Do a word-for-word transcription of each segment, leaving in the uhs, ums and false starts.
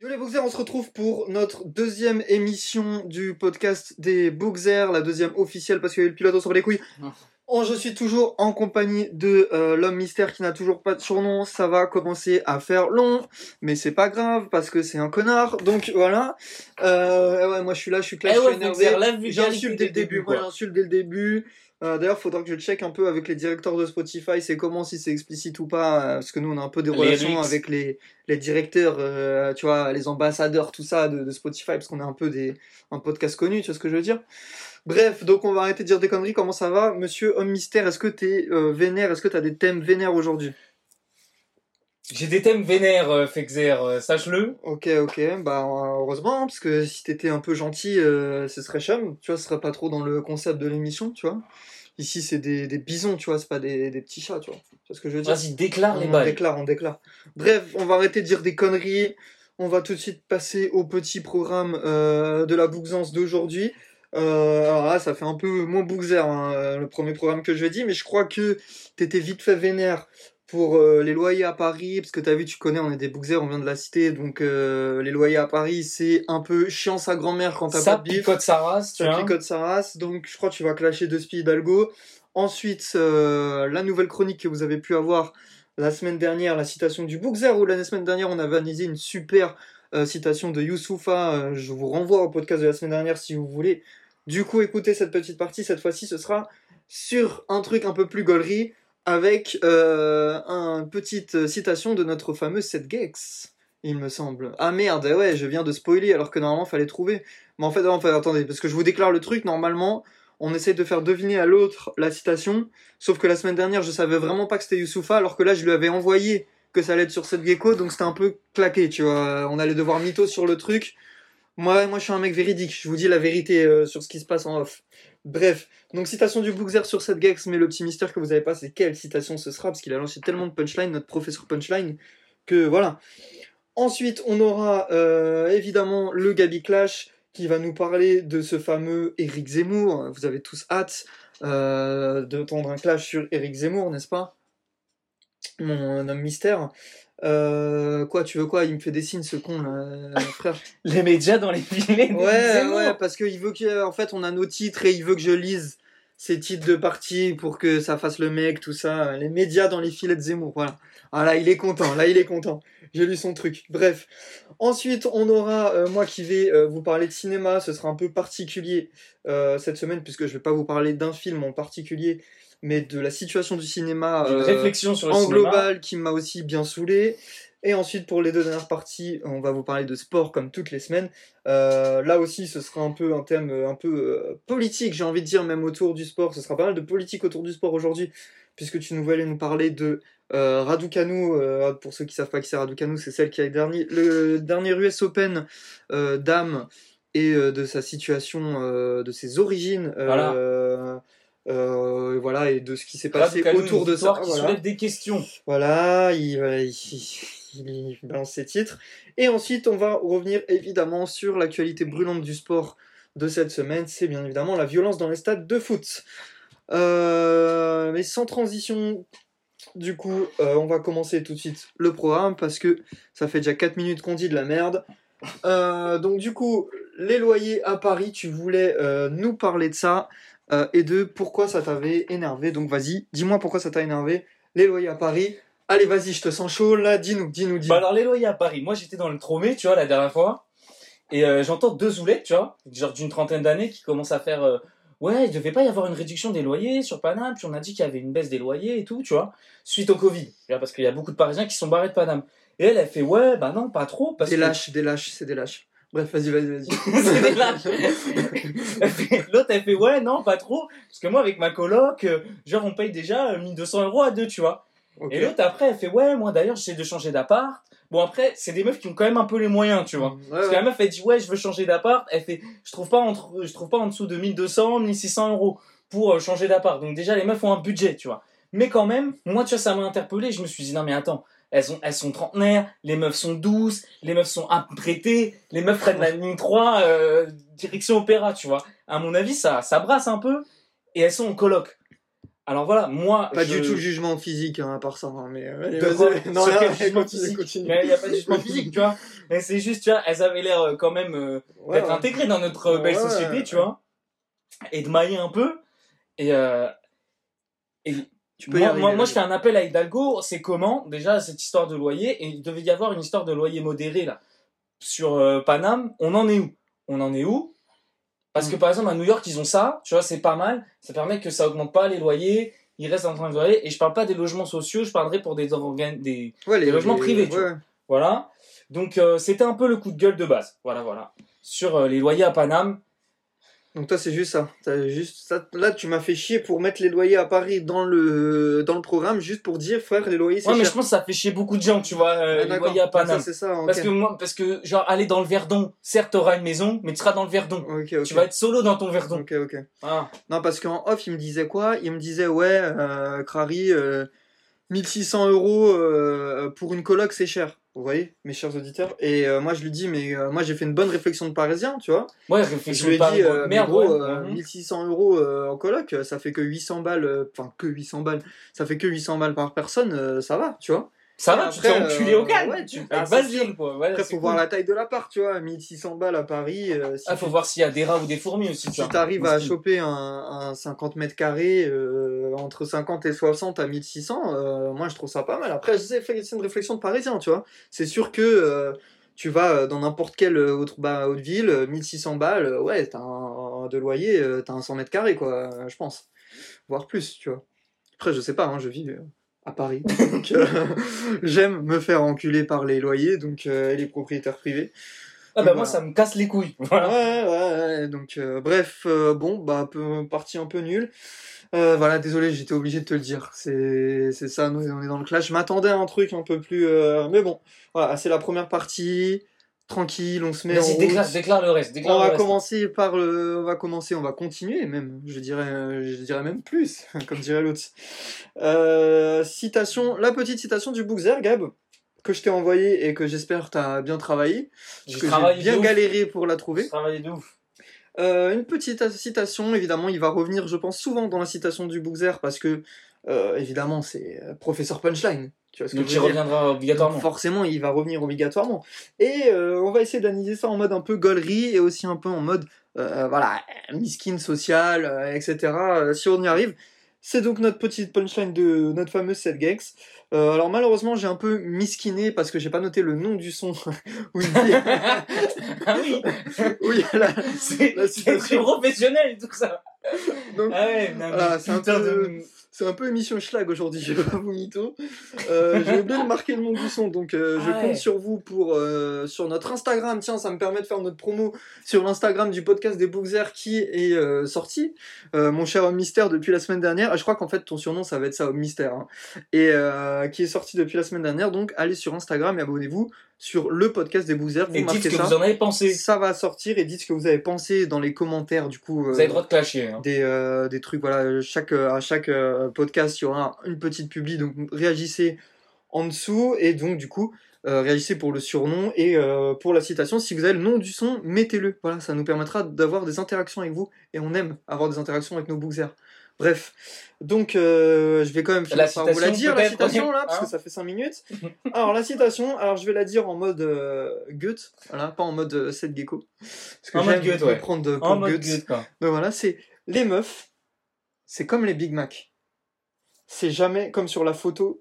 Yo les Bookzers, on se retrouve pour notre deuxième émission du podcast des Bookzers, la deuxième officielle parce qu'il y a eu le pilote, on s'en bat les couilles. Oh, je suis toujours en compagnie de euh, l'homme mystère qui n'a toujours pas de surnom. Ça va commencer à faire long, mais c'est pas grave parce que c'est un connard. Donc voilà. Euh, ouais, moi je suis là, je suis clash, eh je ouais, suis énervé. J'insulte dès le début. Moi j'insulte dès le début. Euh, d'ailleurs, faudra que je check un peu avec les directeurs de Spotify, c'est comment, si c'est explicite ou pas, euh, parce que nous on a un peu des Les relations lyrics. avec les, les directeurs, euh, tu vois, les ambassadeurs, tout ça de, de Spotify, parce qu'on est un peu des, un podcast connu, tu vois ce que je veux dire. Bref, donc on va arrêter de dire des conneries, comment ça va? Monsieur Homme Mystère, est-ce que t'es euh, vénère, est-ce que t'as des thèmes vénères aujourd'hui? J'ai des thèmes vénères, euh, Fexer, euh, sache-le. Ok, ok, bah heureusement, hein, parce que si t'étais un peu gentil, euh, ce serait chum, tu vois, ce serait pas trop dans le concept de l'émission, tu vois. Ici, c'est des, des bisons, tu vois, c'est pas des, des petits chats, tu vois. Tu vois ce que je veux dire? Vas-y, déclare les On balles. déclare, on déclare. Bref, on va arrêter de dire des conneries. On va tout de suite passer au petit programme euh, de la Bookzance d'aujourd'hui. Euh, alors là, ça fait un peu moins Bookzer, hein, euh, le premier programme que je vais dire, mais je crois que t'étais vite fait vénère pour euh, les loyers à Paris, parce que t'as vu, tu connais, on est des Bookzer, on vient de la cité, donc euh, les loyers à Paris, c'est un peu chiant sa grand-mère quand t'as Ça pas de bif. picote sa race, tu Ça vois. picote sa race, donc je crois que tu vas clasher de Speed Hidalgo. Ensuite, euh, la nouvelle chronique que vous avez pu avoir la semaine dernière, la citation du Bookzer, où la semaine dernière on avait analysé une super euh, citation de Youssoufa. Euh, je vous renvoie au podcast de la semaine dernière si vous voulez. Du coup, écoutez cette petite partie. Cette fois-ci, ce sera sur un truc un peu plus gaulerie, avec euh, une petite citation de notre fameux Seth Gex, il me semble. Ah merde, ouais, je viens de spoiler alors que normalement fallait trouver. Mais en fait, non, enfin, attendez, parce que je vous déclare le truc, normalement, on essaie de faire deviner à l'autre la citation, sauf que la semaine dernière, je savais vraiment pas que c'était Youssoufa, alors que là, je lui avais envoyé que ça allait être sur cette gecko, donc c'était un peu claqué, tu vois. On allait devoir mytho sur le truc. Moi, moi, je suis un mec véridique, je vous dis la vérité euh, sur ce qui se passe en off. Bref, donc citation du Bookzer sur cette gex, mais le petit mystère que vous avez pas, c'est quelle citation ce sera, parce qu'il a lancé tellement de punchline, notre professeur punchline, que voilà. Ensuite, on aura euh, évidemment le Gabi Clash qui va nous parler de ce fameux Éric Zemmour. Vous avez tous hâte euh, d'entendre un clash sur Éric Zemmour, n'est-ce pas? Mon homme mystère. Euh, quoi, tu veux quoi? Il me fait des signes, ce con, là, frère. Les médias dans les filets. Ouais, ouais, parce qu'il veut qu'en fait, on a nos titres et il veut que je lise ces titres de parti pour que ça fasse le mec, tout ça. Les médias dans les filets de Zemmour, voilà. Ah là, il est content, là, il est content. J'ai lu son truc. Bref. Ensuite, on aura, euh, moi qui vais euh, vous parler de cinéma, ce sera un peu particulier euh, cette semaine, puisque je vais pas vous parler d'un film en particulier, mais de la situation du cinéma Une euh, réflexion sur le en cinéma. global qui m'a aussi bien saoulé. Et ensuite, pour les deux dernières parties, on va vous parler de sport comme toutes les semaines. Euh, là aussi, ce sera un peu un thème un peu euh, politique, j'ai envie de dire, même autour du sport. Ce sera pas mal de politique autour du sport aujourd'hui, puisque tu nous voulais nous parler de euh, Raducanu. Euh, pour ceux qui savent pas qui c'est Raducanu, c'est celle qui a le dernier, le dernier U S Open euh, dames et euh, de sa situation, euh, de ses origines. Euh, Voilà. Euh, voilà, et de ce qui s'est passé Raducanu, autour de ça. qui Voilà. soulève des questions. Voilà, il, voilà, il, il, il balance ses titres. Et ensuite, on va revenir évidemment sur l'actualité brûlante du sport de cette semaine. C'est bien évidemment la violence dans les stades de foot. Euh, mais sans transition, du coup, euh, on va commencer tout de suite le programme parce que ça fait déjà quatre minutes qu'on dit de la merde. Euh, donc du coup, les loyers à Paris, tu voulais euh, nous parler de ça euh, et de pourquoi ça t'avait énervé. Donc vas-y, dis-moi pourquoi ça t'a énervé. Les loyers à Paris. Allez, vas-y, je te sens chaud là. Dis-nous, dis-nous, dis-nous. Bah alors les loyers à Paris, moi j'étais dans le Tromé, tu vois, la dernière fois, et euh, j'entends deux zoulettes, tu vois, genre d'une trentaine d'années, qui commencent à faire euh, ouais, il devait pas y avoir une réduction des loyers sur Paname, puis on a dit qu'il y avait une baisse des loyers et tout, tu vois, suite au Covid, tu vois, parce qu'il y a beaucoup de Parisiens qui sont barrés de Paname. Et elle, elle fait ouais, bah non, pas trop, parce Des que... lâches, des lâches, c'est des lâches. Bref, vas-y, vas-y, vas-y. C'est des lâches. Elle fait- L'autre, elle fait ouais, non, pas trop, parce que moi, avec ma coloc, euh, genre, on paye déjà euh, mille deux cents euros à deux, tu vois. Ok. Et l'autre, après, elle fait ouais, moi d'ailleurs, j'essaie de changer d'appart. Bon, après, c'est des meufs qui ont quand même un peu les moyens, tu vois. Ouais, Parce que ouais. la meuf, elle dit ouais, je veux changer d'appart. Elle fait, je trouve pas entre, je trouve pas en dessous de mille deux cents, mille six cents euros pour euh, changer d'appart. Donc déjà, les meufs ont un budget, tu vois. Mais quand même, moi, tu vois, ça m'a interpellé. Je me suis dit non, mais attends, elles ont, elles sont trentenaires, les meufs sont douces, les meufs sont apprêtées, les meufs prennent la ligne trois, euh, direction opéra, tu vois. À mon avis, ça, ça brasse un peu. Et elles sont en coloc. Alors voilà, moi. Pas je... du tout le jugement physique, hein, à part ça. Hein, mais euh, De quoi non, Sur rien, quel rien, jugement continue, physique continue. Mais il n'y a pas de jugement physique, tu vois. Mais c'est juste, tu vois, elles avaient l'air euh, quand même euh, Ouais, d'être ouais. intégrées dans notre euh, belle Ouais, société, ouais. tu vois. Et de mailler un peu. Et, euh, et Tu peux y moi, arriver, moi, moi, vas-y. je fais un appel à Hidalgo. C'est comment, déjà, cette histoire de loyer. Et il devait y avoir une histoire de loyer modéré, là. Sur euh, Paname, on en est où On en est où Parce que Mm. par exemple, à New York, ils ont ça, tu vois, c'est pas mal. Ça permet que ça augmente pas les loyers. Ils restent en train de loyer. Et je parle pas des logements sociaux, je parlerai pour des, organ... des, Ouais, les, des logements les- privés, tu ouais, vois. ouais. Voilà. Donc, euh, c'était un peu le coup de gueule de base. Voilà, voilà. Sur euh, les loyers à Paname. Donc toi c'est juste ça. T'as juste ça. Là tu m'as fait chier pour mettre les loyers à Paris dans le dans le programme juste pour dire frère les loyers c'est Ouais, mais cher. je pense que ça fait chier beaucoup de gens, tu vois, euh, Ah, les d'accord. loyers à Donc ça Paname. c'est ça. Ok. Parce que moi, parce que, genre, aller dans le Verdon, certes, t'auras une maison, mais tu seras dans le Verdon. Ok ok. Tu vas être solo dans ton Verdon. Ok ok. Ah. Non parce qu'en off il me disait quoi? Il me disait ouais euh, Crary euh, mille six cents euros euh, pour une coloc c'est cher. Vous voyez mes chers auditeurs. Et euh, moi je lui dis mais euh, moi j'ai fait une bonne réflexion de Parisien tu vois. Ouais, Je réflexion lui de ai dit, Paris, euh, mais merde, gros, ouais. euh, Mhm. mille six cents euros euh, en coloc, euh, ça fait que huit cents balles, euh, enfin que huit cents balles, ça fait que huit cents balles par personne, euh, ça va, tu vois. Ça Et va, tu te après, fais enculer euh, au calme. ouais, tu- Avec ah, c'est Basile, sûr. quoi. Voilà, Après, c'est faut voir cool. la taille de l'appart, tu vois, mille six cents balles à Paris. euh, si Ah, tu faut voir s'il y a des rats ou des fourmis aussi, tu si vois. t'arrives à Miskin. choper un, un cinquante mètres carrés euh, entre cinquante et soixante à mille six cents, euh, moi je trouve ça pas mal. Après, c'est c'est une réflexion de parisien, tu vois. C'est sûr que euh, tu vas dans n'importe quelle autre, bah, autre ville, euh, mille six cents balles, euh, ouais, t'as un, un- de loyer, euh, t'as un cent mètres carrés, quoi, euh, je pense. Voire plus, tu vois. Après, je sais pas, hein, je vis euh, à Paris. Donc, euh, j'aime me faire enculer par les loyers donc, euh, et les propriétaires privés. Ah, Donc, bah, moi, voilà. ça me casse les couilles. Ouais, Voilà. ouais, ouais, donc euh, bref, euh, bon, bah, peu, partie un peu nulle. Euh, voilà, désolé, j'étais obligé de te le dire. C'est, c'est ça, nous, on est dans le clash. Je m'attendais à un truc un peu plus. euh, Mais bon, voilà, c'est la première partie. Tranquille, on se met en Vas-y, route. déclare, déclare le reste. Déclare On le va reste. commencer par le, on va commencer, on va continuer même. Je dirais, euh, je dirais même plus, comme dirait l'autre. Euh, citation, la petite citation du Bookzer, Gab, que je t'ai envoyé et que j'espère t'as bien travaillé, J'ai parce que j'ai travaillé bien de ouf. galéré pour la J'ai trouver. travaillé de ouf. Euh, une petite citation, évidemment, il va revenir, je pense, souvent dans la citation du Bookzer parce que, euh, évidemment, c'est euh, professeur Punchline. Tu vois ce que Donc, je il veux dire? reviendra obligatoirement. Donc forcément, il va revenir obligatoirement. Et euh, on va essayer d'analyser ça en mode un peu gaulerie et aussi un peu en mode, euh, voilà, miskin social, euh, et cetera. euh, si on y arrive. C'est donc notre petite punchline de notre fameuse Seth Gex. Euh, alors malheureusement, j'ai un peu miskiné parce que j'ai pas noté le nom du son où il dit. Ah oui, Oui, là, c'est la c'est citation. professionnel, tout ça. Donc, Ah ouais, non, mais voilà, c'est un putain peu- de... c'est un peu émission schlag aujourd'hui, je vais pas vous mytho. Euh, j'ai oublié de marquer le nom du son, donc euh, je Ah ouais. compte sur vous pour euh, sur notre Instagram. Tiens, ça me permet de faire notre promo sur l'Instagram du podcast des Bookzer qui est euh, sorti. Euh, mon cher Homme Mystère depuis la semaine dernière. Ah, je crois qu'en fait ton surnom ça va être ça, Homme Mystère. Hein. Et euh, qui est sorti depuis la semaine dernière. Donc allez sur Instagram et abonnez-vous sur le podcast des Bookzer. Vous Et dites marquez ce que ça. vous en avez pensé. Ça va sortir et dites ce que vous avez pensé dans les commentaires du coup. Vous euh, avez le droit de clasher. Hein. des, euh, des trucs, voilà, chaque, euh, à chaque euh, podcast, il y aura une petite publi, donc réagissez en dessous, et donc du coup, euh, réagissez pour le surnom et euh, pour la citation. Si vous avez le nom du son, mettez-le, voilà, ça nous permettra d'avoir des interactions avec vous, et on aime avoir des interactions avec nos bookzers. Bref, donc euh, je vais quand même finir La par vous la citation, dire, la peut-être, citation ouais. là, parce Hein que ça fait cinq minutes. Alors la citation, alors je vais la dire en mode euh, Goethe, voilà, pas en mode euh, Seth Gecko, parce que En mode j'aime Goethe, me ouais. prendre de- pour En mode Goethe. Goethe, quoi. Donc voilà, c'est les meufs, c'est comme les Big Mac. C'est jamais comme sur la photo.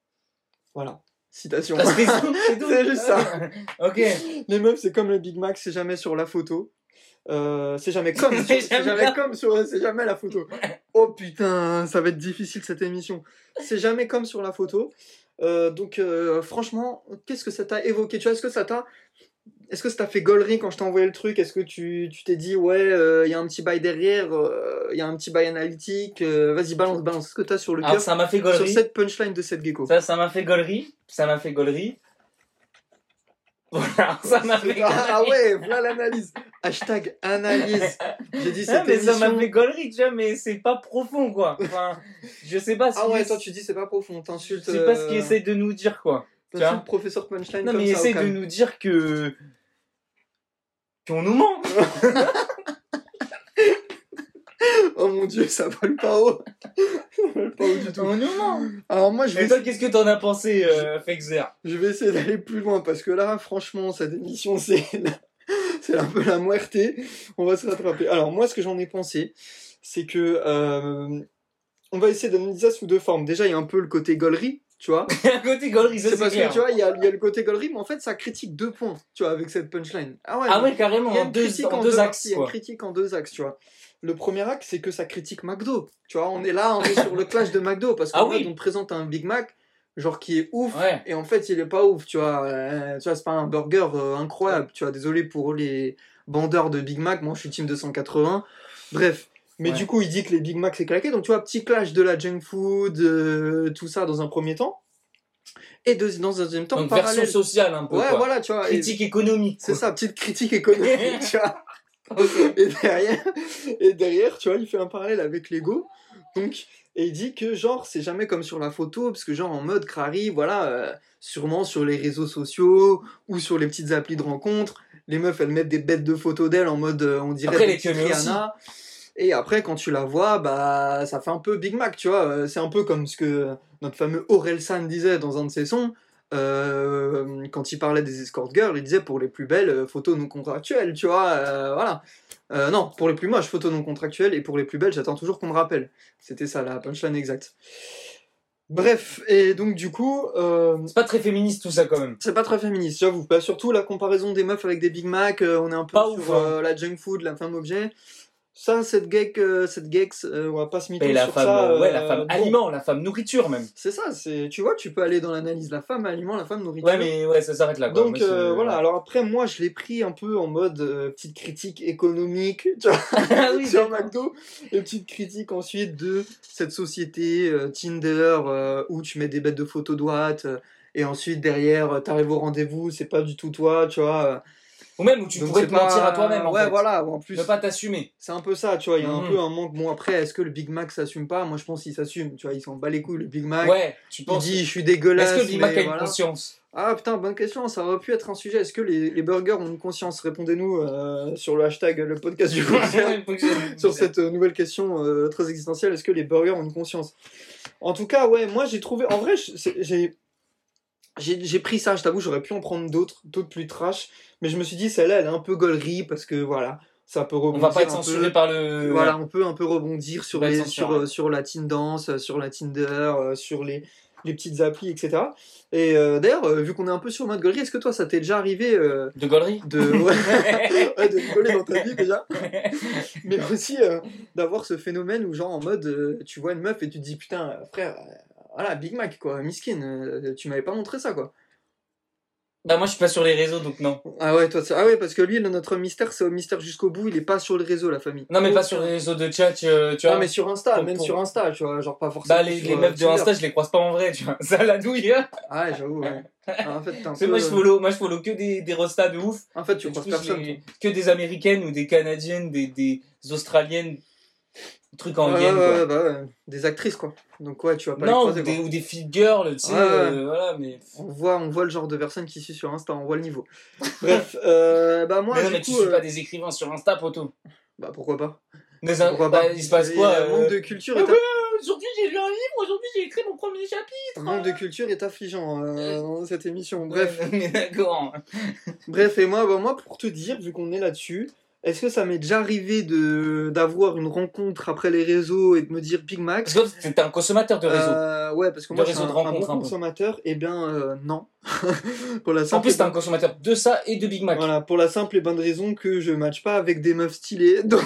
Voilà, citation. La citation, c'est tout. C'est juste ça. Ok. Les meufs, c'est comme les Big Mac, c'est jamais sur la photo. Euh, c'est jamais comme, C'est c'est jamais jamais la- comme sur, c'est jamais la photo. Oh putain, ça va être difficile cette émission. C'est jamais comme sur la photo. Euh, donc euh, franchement, qu'est-ce que ça t'a évoqué? Tu vois, est-ce que ça t'a Est-ce que ça t'a fait gaulerie quand je t'ai envoyé le truc? Est-ce que tu tu t'es dit, ouais, il euh, y a un petit bail derrière, il euh, y a un petit bail analytique, euh, vas-y, balance, balance. Est-ce que t'as sur le Alors, cœur ça m'a fait sur gaulerie. cette punchline de cette gecko? Ça, ça m'a fait gaulerie. Ça m'a fait gaulerie. Voilà, ça m'a fait Ah, ah gaulerie. ouais, voilà l'analyse. Hashtag analyse. J'ai dit Ah, cette mais ça m'a émission. fait gaulerie, tu vois, mais c'est pas profond, quoi. Enfin, je sais pas ce Ah qu'il ouais, toi tu dis c'est pas profond, t'insultes. je sais pas ce euh, qu'il essaie de nous dire, quoi. Tu T'insultes vois professeur punchline Non, comme mais il ça. au essaie de calme. nous dire que. qu'on nous ment. Oh mon dieu, ça vole pas haut. Ça vole pas haut du tout. Oh non. Alors moi, je vais, Et toi, essayer... qu'est-ce que t'en as pensé, euh, Fexer? je vais essayer d'aller plus loin parce que là, franchement, cette émission, c'est, c'est un peu la muerte. On va se rattraper. Alors moi, ce que j'en ai pensé, c'est que euh... on va essayer d'analyser ça sous deux formes. Déjà, il y a un peu le côté gaulerie. Tu vois, à côté gaulerie, ça c'est c'est parce clair. que tu vois, il y a, il y a le côté gaulerie, mais en fait, ça critique deux points, tu vois, avec cette punchline. Ah ouais, Ah non. ouais, carrément, Il y a en une deux, critique en en deux deux axes, parties, il y a une quoi. critique en deux axes, tu vois. Le premier axe, c'est que ça critique McDo. Tu vois, on est là, on est sur le clash de McDo, parce qu'en Ah fait, oui. on te présente un Big Mac, genre qui est ouf, Ouais. et en fait, il est pas ouf, tu vois. Euh, tu vois, c'est pas un burger euh, incroyable, tu vois. Désolé pour les bandeurs de Big Mac, moi je suis team deux cent quatre-vingts. Bref. Mais Ouais. du coup, il dit que les Big Mac c'est claqué, donc tu vois, petit clash de la junk food, euh, tout ça dans un premier temps. Et de, dans un deuxième temps, Donc parallèle. version sociale un peu, Ouais, quoi. voilà, tu vois. Critique économique, C'est quoi. ça, petite critique économique, tu vois. Ok. Et derrière, et derrière, tu vois, il fait un parallèle avec Lego. Donc, et il dit que genre, c'est jamais comme sur la photo, parce que genre en mode crari, voilà, euh, sûrement sur les réseaux sociaux ou sur les petites applis de rencontres, les meufs elles mettent des bêtes de photos d'elles en mode, euh, on dirait Après, des les petites pionniers aussi. Rihanna. Et après, quand tu la vois, bah, ça fait un peu Big Mac, tu vois. Euh, C'est un peu comme ce que notre fameux Orelsan disait dans un de ses sons. Euh, quand il parlait des escort girls, il disait pour les plus belles euh, photos non contractuelles, tu vois. euh, voilà. Euh, non, pour les plus moches, photos non contractuelles, et pour les plus belles, j'attends toujours qu'on me rappelle. C'était ça la punchline exacte. Bref, et donc du coup, euh, C'est pas très féministe tout ça quand même. c'est pas très féministe, j'avoue. Bah, surtout la comparaison des meufs avec des Big Mac, euh, on est un peu Pas sur ouf, hein. euh, la junk food, la femme objet. Ça, cette geek, euh, cette geeks, euh, on va pas se mytho Et la sur femme, ça. euh, ouais, euh, la femme bon. aliment, la femme nourriture même. C'est ça, c'est, tu vois, tu peux aller dans l'analyse, la femme aliment, la femme nourriture. Ouais, mais ouais, ça s'arrête là, quoi. Donc Moi, c'est- euh, voilà, alors après moi je l'ai pris un peu en mode euh, petite critique économique, tu vois, Ah oui, sur d'accord. McDo, et petite critique ensuite de cette société euh, Tinder euh, où tu mets des bêtes de photos droites euh, et ensuite derrière euh, t'arrives au rendez-vous, c'est pas du tout toi, tu vois. euh, Ou même où tu donc pourrais c'est te pas- mentir à toi-même, en ouais, fait. voilà, en plus Ne pas t'assumer. c'est un peu ça, tu vois, il y a un Mhm. peu un manque. Bon après, est-ce que le Big Mac s'assume pas? Moi je pense qu'il s'assume, tu vois, il s'en bat les couilles le Big Mac. Ouais, tu Il penses. dit je suis Mais dégueulasse. est-ce que le Big Mac mais a une voilà. conscience? Ah putain, bonne question, ça aurait pu être un sujet. Est-ce que les, les burgers ont une conscience? Répondez-nous euh, sur le hashtag le podcast du concert sur cette euh, nouvelle question euh, très existentielle. Est-ce que les burgers ont une conscience? En tout cas, ouais, moi j'ai trouvé. En vrai, je- c'est- j'ai. J'ai j'ai pris ça, je t'avoue, j'aurais pu en prendre d'autres, d'autres plus trash, mais je me suis dit, celle-là, elle est un peu gaulerie parce que voilà, ça peut On rebondir. va pas être un censuré peu. par le. Voilà, on peut un peu rebondir sur, On va être les, censuré, sur, ouais. euh, sur la teen dance, euh, sur la Tinder, euh, sur les, les petites applis, et cetera. Et euh, d'ailleurs, euh, vu qu'on est un peu sur le mode gaulerie, est-ce que toi, ça t'est déjà arrivé euh, De gaulerie. de, ouais, ouais, de rigoler dans ta vie déjà, mais aussi euh, d'avoir ce phénomène où, genre, en mode, euh, tu vois une meuf et tu te dis, putain, euh, frère, euh, voilà, Big Mac, quoi, miskin, euh, tu m'avais pas montré ça, quoi. Bah, moi, je suis pas sur les réseaux, donc non. Ah ouais, toi, ça- ah ouais, parce que lui, le- notre mystère, c'est au mystère jusqu'au bout, il est pas sur le réseau, la famille. Non, mais pas Aucun. sur les réseaux de chat, tu, tu vois. Non, mais sur Insta, pour- même pour- sur Insta, tu vois, genre pas forcément. Bah, les, sur, les euh, meufs de Tinder. Insta, je les croise pas en vrai, tu vois. Ça, la douille. Hein. Ah ouais, j'avoue, ouais. Ah, en fait, t'es un C'est peu- moi, je follow, moi, je follow que des, des restas de ouf. En fait, tu Et du croises coup, je personne. les- que des américaines ou des canadiennes, des, des australiennes, trucs toi. en Ouais, yen, ouais, quoi. ouais, bah ouais. Des actrices, quoi. Donc, ouais, tu vas pas les Non, ou croiser. des, quoi. ou des filles girls, tu sais, Ouais, ouais. euh, voilà, mais. On voit, on voit le genre de personne qui suit sur Insta, on voit le niveau. Bref, euh, bah moi, mais non, du mais coup, tu suis euh, pas des écrivains sur Insta, poto. bah pourquoi pas. Mais Pourquoi bah, pas. il se passe Et, quoi euh, euh, manque de culture Ah est ouais, aujourd'hui j'ai lu un livre, aujourd'hui j'ai écrit mon premier chapitre. Manque de culture est affligeant euh, dans cette émission. Bref, Ouais, mais d'accord. bref, et moi, bah, moi, pour te dire, vu qu'on est là-dessus, est-ce que ça m'est déjà arrivé de d'avoir une rencontre après les réseaux et de me dire Big Mac? Parce que t'es un consommateur de réseau. Euh, ouais, parce que De moi, je suis réseau un, de un rencontres, bon un peu. consommateur. Eh bien, euh, non. pour la En simple plus, et t'es un bonne... consommateur de ça et de Big Mac. Voilà, pour la simple et bonne raison que je matche pas avec des meufs stylées. Donc,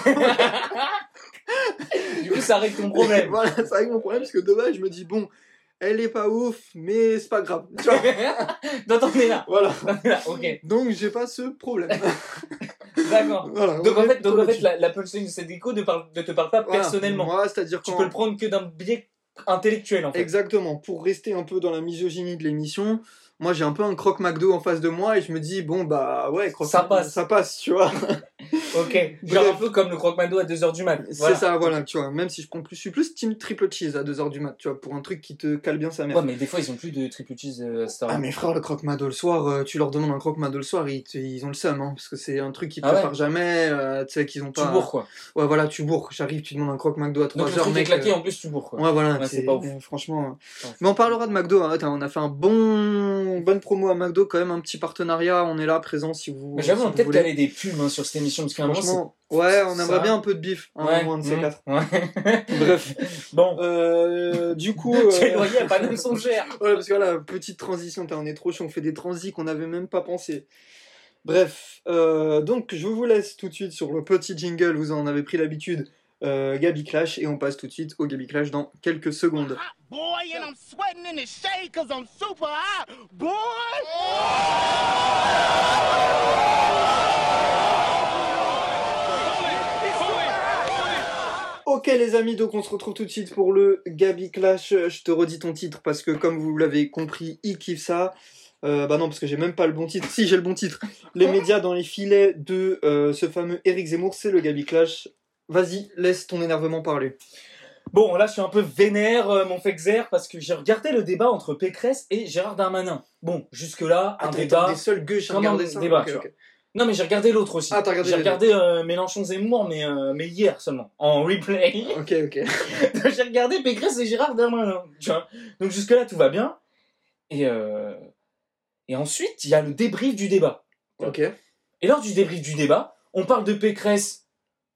Du coup, ça règle ton problème. voilà, ça règle mon problème parce que dommage, je me dis bon, elle est pas ouf, mais c'est pas grave. Tu vois. Donc t'en es là. Voilà. T'en es là, ok. Donc j'ai pas ce problème. D'accord. Voilà, Donc on en est fait, plutôt donc en fait là-dessus. la, la punchline de cette déco ne, parle, ne te parle pas Voilà. personnellement. Moi, c'est-à-dire Tu quand... peux le prendre que d'un biais intellectuel en fait. Exactement. Pour rester un peu dans la misogynie de l'émission, moi j'ai un peu un croque McDo en face de moi et je me dis bon bah ouais, croque Ça passe. ça passe, tu vois. Ok, genre un peu comme le croque-McDo à deux heures du mat. Voilà. C'est ça, voilà, tu vois. Même si je prends plus, je suis plus team triple cheese à deux heures du mat, tu vois, pour un truc qui te cale bien sa mère. Ouais, mais des fois, ils ont plus de triple cheese euh, à cette heure-là. Ah, mais frère, le croque-McDo le soir, euh, tu leur demandes un croque-McDo le soir, ils, ils ont le seum, hein, parce que c'est un truc qu'ils Ah ouais. préparent jamais, euh, tu sais, qu'ils ont pas. Tu bourres, quoi. Ouais, voilà, tu bourres. J'arrive, tu demandes un croque-McDo à trois heures. Donc le truc mec, est claqué, euh... en plus, tu bourres, quoi. Ouais, voilà, ouais, c'est, c'est pas ouf. Euh, franchement. Ouais. Mais on parlera de McDo, hein. Attends, on a fait un bon, bonne promo à McDo, quand même, un petit partenariat, on est là, présent si vous. Mais j'avoue, si on peut-être caler des pubs hein, sur cette émission, parce qu'à un moment, franchement, ouais, on aimerait ça... bien un peu de bif, hein, ouais, moins de ces mmh, quatre. Ouais. Bref. Bon. Euh, du coup. Euh... euh... le loyer a pas même son cher. Ouais, parce que là, petite transition, on est trop chaud, on fait des transis qu'on n'avait même pas pensé. Bref, euh, donc je vous laisse tout de suite sur le petit jingle, vous en avez pris l'habitude, euh, Gabi Clash, et on passe tout de suite au Gabi Clash dans quelques secondes. Ok les amis, donc on se retrouve tout de suite pour le Gabi Clash. Je te redis ton titre parce que comme vous l'avez compris, il kiffe ça. Euh, bah non, parce que j'ai même pas le bon titre. Si, j'ai le bon titre. Les médias dans les filets de euh, ce fameux Éric Zemmour, c'est le Gabi Clash. Vas-y, laisse ton énervement parler. Bon, là, je suis un peu vénère, euh, mon Fexer, parce que j'ai regardé le débat entre Pécresse et Gérard Darmanin. Bon, jusque-là, un Attends, débat... des seuls gueux, j'ai regardé ça. Débat, okay, tu okay. vois. Non, mais j'ai regardé l'autre aussi. Ah, t'as regardé J'ai regardé euh, Mélenchon-Zemmour, mais, euh, mais hier seulement, en replay. Ok, ok. J'ai regardé Pécresse et Gérard Darmanin, tu vois. Donc jusque-là, tout va bien. Et, euh... et ensuite, il y a le débrief du débat. Ok. Et lors du débrief du débat, on parle de Pécresse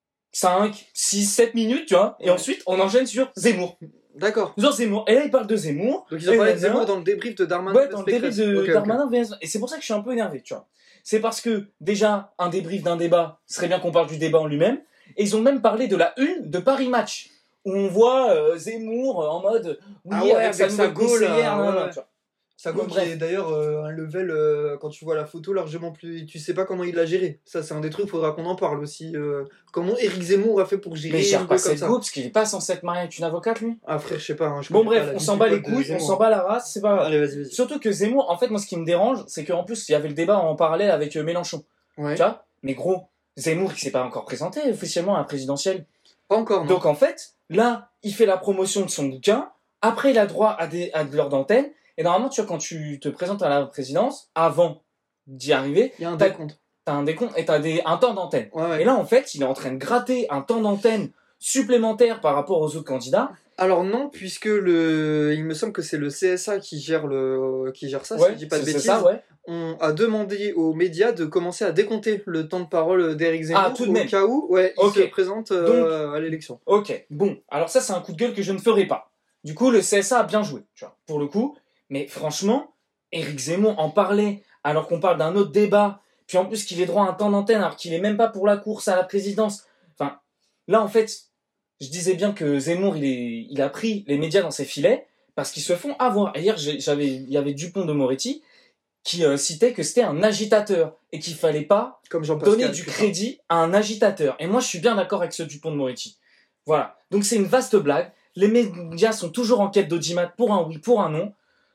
cinq, six, sept minutes, tu vois. Et ensuite, on enchaîne sur Zemmour. D'accord. Sur Zemmour. Et là, il parle de Zemmour. Donc ils ont parlé de Zemmour dans le débrief de Darmanin. Ouais, dans le débrief de okay, Darmanin. okay. Et c'est pour ça que je suis un peu énervé, tu vois. C'est parce que, déjà, un débrief d'un débat, ce serait bien qu'on parle du débat en lui-même. Et ils ont même parlé de la une de Paris Match, où on voit euh, Zemmour euh, en mode, oui, ah ouais, avec, avec sa goal, conseillère, ouais, ouais, ouais. Sa goal qui est d'ailleurs euh, un level, euh, quand tu vois la photo, largement plus... Tu sais pas comment il l'a géré. Ça, c'est un des trucs, il faudra qu'on en parle aussi. Euh, comment Éric Zemmour a fait pour gérer mais une gère pas cette ça go, parce qu'il est pas censé être marié avec une avocate, lui. Ah frère, je sais pas. Hein, je bon bref, pas on s'en bat les couilles, on s'en bat la race, c'est pas grave. Allez, vas-y, vas-y. Surtout que Zemmour, en fait, moi, ce qui me dérange, c'est qu'en plus, il y avait le débat en parallèle avec euh, Mélenchon. Ouais. Tu vois. Mais gros, Zemmour, il s'est pas encore présenté officiellement à la présidentielle. Pas encore, non. Donc en fait, là, il fait la promotion de son bouquin, après il a droit à, des, à de l'heure d'antenne, et normalement, tu vois, quand tu te présentes à la présidence, avant d'y arriver, il y a un t'as, décompte. T'as un décompte et t'as des, un temps d'antenne. Ouais, ouais. Et là, en fait, il est en train de gratter un temps d'antenne supplémentaire par rapport aux autres candidats. Alors non, puisque le, il me semble que c'est le C S A qui gère le, qui gère ça, ouais, si je dis pas de c'est, bêtises. C'est ça, ouais. On a demandé aux médias de commencer à décompter le temps de parole d'Éric Zemmour ah, tout de au même. cas où, ouais, il okay. se présente euh, Donc, à l'élection. Ok, bon, alors ça c'est un coup de gueule que je ne ferai pas. Du coup, le C S A a bien joué, tu vois, pour le coup. Mais franchement, Éric Zemmour en parlait alors qu'on parle d'un autre débat. Puis en plus qu'il ait droit à un temps d'antenne alors qu'il est même pas pour la course à la présidence. Enfin, là en fait, je disais bien que Zemmour il, est, il a pris les médias dans ses filets parce qu'ils se font avoir. Et hier, j'avais, il y avait Dupont de Moretti qui euh, citait que c'était un agitateur et qu'il fallait pas Comme donner du crédit à un agitateur. Et moi, je suis bien d'accord avec ce Dupont de Moretti. Voilà. Donc c'est une vaste blague. Les médias sont toujours en quête d'audimat pour un oui, pour un non.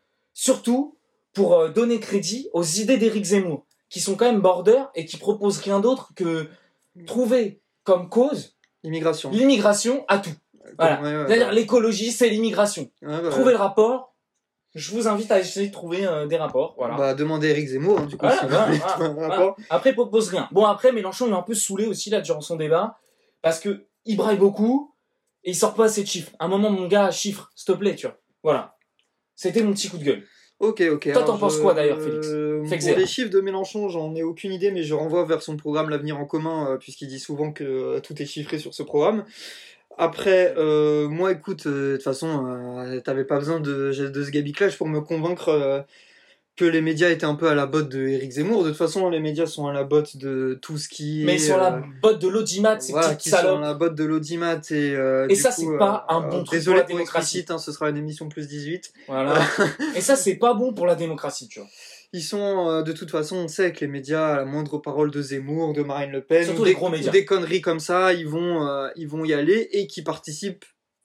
Surtout pour euh, donner crédit aux idées d'Éric Zemmour, qui sont quand même border et qui proposent rien d'autre que trouver comme cause l'immigration, l'immigration à tout. Voilà. Ouais, ouais, C'est-à-dire ouais. l'écologie, c'est l'immigration. Ouais, ouais, Trouvez ouais. le rapport. Je vous invite à essayer de trouver euh, des rapports. Voilà. Bah, demandez à Éric Zemmour, hein, du coup. Voilà, si voilà, vous voilà, voulez voilà. un rapport. Après, il propose rien. Bon, après, Mélenchon, il est un peu saoulé aussi, là, durant son débat, parce que il braille beaucoup et il sort pas assez de chiffres. À un moment, mon gars, chiffre, s'il te plaît, tu vois. Voilà. C'était mon petit coup de gueule. Ok, ok. Toi, t'en penses quoi d'ailleurs, Félix euh, Pour les chiffres de Mélenchon, j'en ai aucune idée, mais je renvoie vers son programme L'Avenir en commun, euh, puisqu'il dit souvent que euh, tout est chiffré sur ce programme. Après, euh, moi, écoute, de euh, toute façon, euh, t'avais pas besoin de, de ce Gabi Clash pour me convaincre euh, que les médias étaient un peu à la botte de Éric Zemmour. De toute façon, les médias sont à la botte de tout ce qui est... Mais ils sont à la euh, botte de l'audimat, ces voilà, petites qui salopes. sont à la botte de l'audimat. Et, euh, et du ça, coup, c'est pas euh, un bon euh, truc désolé pour la démocratie. explicite, hein, ce sera une émission plus dix-huit. Voilà. Et ça, c'est pas bon pour la démocratie, tu vois. Ils sont, euh, de toute façon, on sait que les médias, à la moindre parole de Zemmour, de Marine Le Pen, surtout ou les des, gros médias, ou des conneries comme ça, ils vont, euh, ils vont y aller et qui participent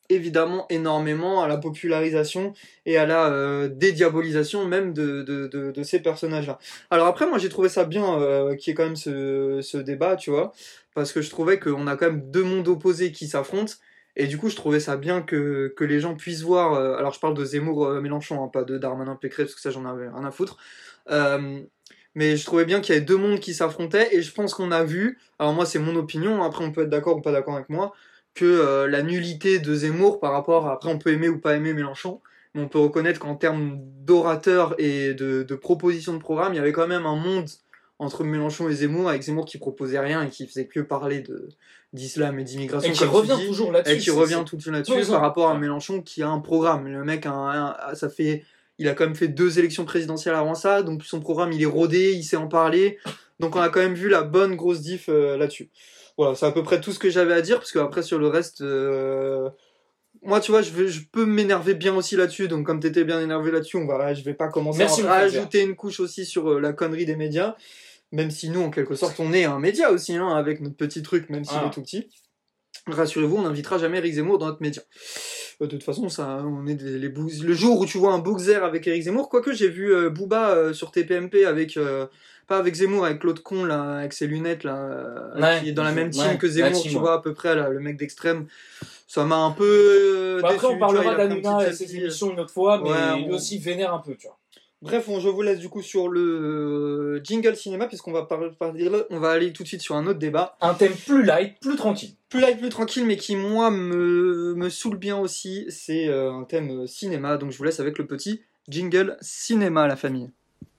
évidemment énormément à la popularisation et à la euh, dédiabolisation même de, de, de, de ces personnages-là. Alors après, moi j'ai trouvé ça bien euh, qu'il y ait quand même ce, ce débat, tu vois, parce que je trouvais qu'on a quand même deux mondes opposés qui s'affrontent, et du coup je trouvais ça bien que, que les gens puissent voir, euh, alors je parle de Zemmour-Mélenchon, hein, pas de Darmanin-Pécresse, parce que ça j'en avais rien à foutre, euh, mais je trouvais bien qu'il y avait deux mondes qui s'affrontaient, et je pense qu'on a vu, alors moi c'est mon opinion, après on peut être d'accord ou pas d'accord avec moi, que euh, la nullité de Zemmour par rapport à, après on peut aimer ou pas aimer Mélenchon, mais on peut reconnaître qu'en termes d'orateur et de, de proposition de programme, il y avait quand même un monde entre Mélenchon et Zemmour, avec Zemmour qui proposait rien et qui faisait que parler de, d'islam et d'immigration, Et qui comme tu revient dis, toujours là-dessus. et qui c'est- revient c'est tout de suite là-dessus pesant, par rapport à tu vois. Mélenchon qui a un programme. Le mec, a un- un- ça fait, il a quand même fait deux élections présidentielles avant ça, donc son programme il est rodé, il sait en parler, donc on a quand même vu la bonne grosse diff euh, là-dessus. Voilà, c'est à peu près tout ce que j'avais à dire, parce que après sur le reste, euh, moi tu vois, je, vais, je peux m'énerver bien aussi là-dessus, donc comme t'étais bien énervé là-dessus, on va, je vais pas commencer Merci, à mon frère. rajouter une couche aussi sur euh, la connerie des médias, même si nous en quelque sorte on est un média aussi, hein, avec notre petit truc, même s'il Ah. est tout petit. Rassurez-vous, on n'invitera jamais Eric Zemmour dans notre média. Euh, De toute façon, ça, on est des, les bougs- le jour où tu vois un Bookzer avec Eric Zemmour, quoique j'ai vu euh, Booba euh, sur T P M P avec, euh, pas avec Zemmour, avec l'autre con là, avec ses lunettes là, euh, Ouais, qui est dans la je- même team ouais, que la Zemmour, team, tu ouais. vois à peu près là, le mec d'extrême. Ça m'a un peu euh, Bah, déçu. après, on tu vois, il parlera a pris un d'Anouna petit et ses selfie. émissions une autre fois, mais Ouais, lui on- aussi vénère un peu, tu vois. Bref, on- je vous laisse du coup sur le euh, jingle cinéma, puisqu'on va par- par- on va aller tout de suite sur un autre débat. Un thème plus light, plus tranquille. Plus light, plus tranquille, mais qui, moi, me, me saoule bien aussi, c'est euh, un thème euh, cinéma. Donc je vous laisse avec le petit jingle cinéma, la famille.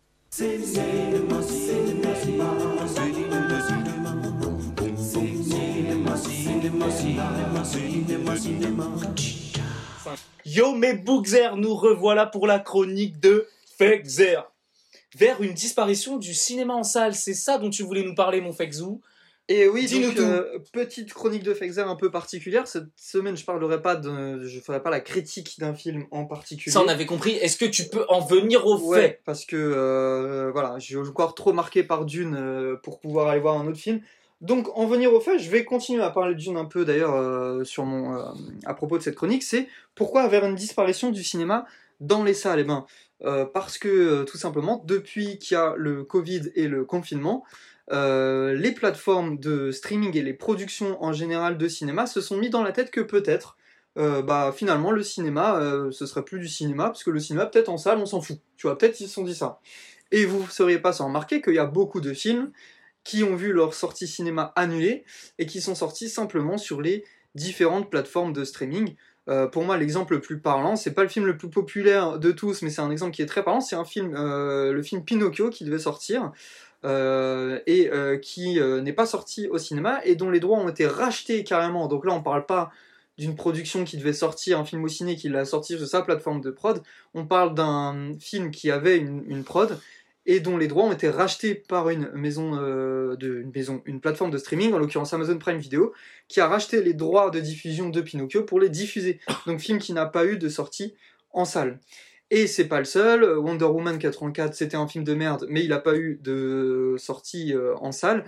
Yo mes Bookzer, nous revoilà pour la chronique de Fekzer. Vers une disparition du cinéma en salle, c'est ça dont tu voulais nous parler, mon Fekzou. Et oui, Dis-nous donc, tout. euh, petite chronique de Fexer un peu particulière. Cette semaine, je parlerai pas de, je ferai pas la critique d'un film en particulier. Ça, on avait compris. Est-ce que tu peux en venir au Ouais, fait? parce que euh, voilà, je suis encore trop marqué par Dune euh, pour pouvoir aller voir un autre film. Donc, en venir au fait, je vais continuer à parler de Dune un peu d'ailleurs euh, sur mon euh, à propos de cette chronique. C'est pourquoi vers une disparition du cinéma dans les salles. Eh ben, euh, parce que euh, tout simplement, depuis qu'il y a le Covid et le confinement, euh, les plateformes de streaming et les productions en général de cinéma se sont mis dans la tête que peut-être euh, bah finalement le cinéma euh, ce serait plus du cinéma parce que le cinéma peut-être en salle on s'en fout, tu vois, peut-être ils se sont dit ça. Et vous ne seriez pas sans remarquer qu'il y a beaucoup de films qui ont vu leur sortie cinéma annulée et qui sont sortis simplement sur les différentes plateformes de streaming. Euh, pour moi, l'exemple le plus parlant, c'est pas le film le plus populaire de tous, mais c'est un exemple qui est très parlant, c'est un film, euh, le film Pinocchio qui devait sortir euh, et euh, qui euh, n'est pas sorti au cinéma et dont les droits ont été rachetés carrément. Donc là, on parle pas d'une production qui devait sortir, un film au ciné qui l'a sorti sur sa plateforme de prod. On parle d'un film qui avait une, une prod et dont les droits ont été rachetés par une maison, euh, de, une maison, une plateforme de streaming, en l'occurrence Amazon Prime Video, qui a racheté les droits de diffusion de Pinocchio pour les diffuser. Donc film qui n'a pas eu de sortie en salle. Et c'est pas le seul, Wonder Woman quatre-vingt-quatre c'était un film de merde, mais il n'a pas eu de sortie euh, en salle.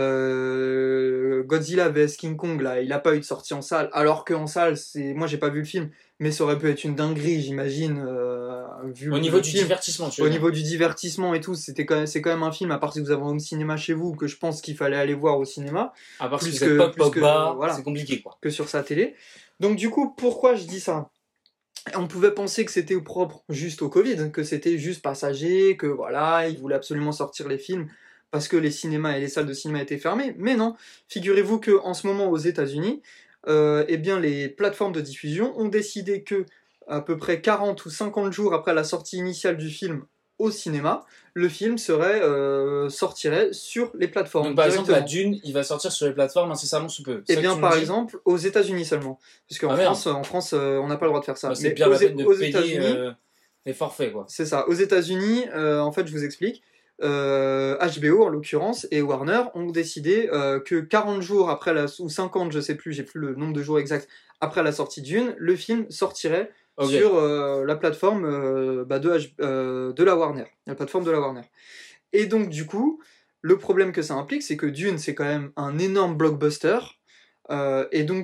Euh, Godzilla vs King Kong, là, il n'a pas eu de sortie en salle, alors qu'en salle, c'est... moi j'ai pas vu le film, mais ça aurait pu être une dinguerie, j'imagine, euh, vu Au le niveau du film. divertissement, tu Au veux dire. niveau du divertissement et tout, c'était quand même, c'est quand même un film, à part si vous avez un home cinéma chez vous, que je pense qu'il fallait aller voir au cinéma, À part si plus vous êtes que- pas plus que- Pogba, voilà. c'est compliqué, quoi. que sur sa télé. Donc du coup, pourquoi je dis ça ? On pouvait penser que c'était propre juste au Covid, que c'était juste passager, que voilà, ils voulaient absolument sortir les films parce que les cinémas et les salles de cinéma étaient fermées. Mais non, figurez-vous que en ce moment aux États-Unis, euh, eh bien les plateformes de diffusion ont décidé que à peu près quarante ou cinquante jours après la sortie initiale du film au cinéma, le film serait euh, sortirait sur les plateformes. Donc, par exemple, la directement. Dune, il va sortir sur les plateformes incessamment sous peu. Eh C'est ça que bien, tu me par dis. exemple, aux États-Unis seulement, parce qu'en Ah, merde. France, en France, euh, on n'a pas le droit de faire ça. Bah, c'est Mais bien aux, la peine de aux payer États-Unis, euh, les forfaits, quoi. c'est ça. Aux États-Unis, euh, en fait, je vous explique. Euh, H B O en l'occurrence et Warner ont décidé euh, que quarante jours après la ou cinquante, je sais plus, j'ai plus le nombre de jours exact après la sortie d'une, le film sortirait Ok. sur euh, la plateforme euh, bah, de, H- euh, de la Warner, la plateforme de la Warner. Et donc du coup, le problème que ça implique, c'est que Dune, c'est quand même un énorme blockbuster, euh, et donc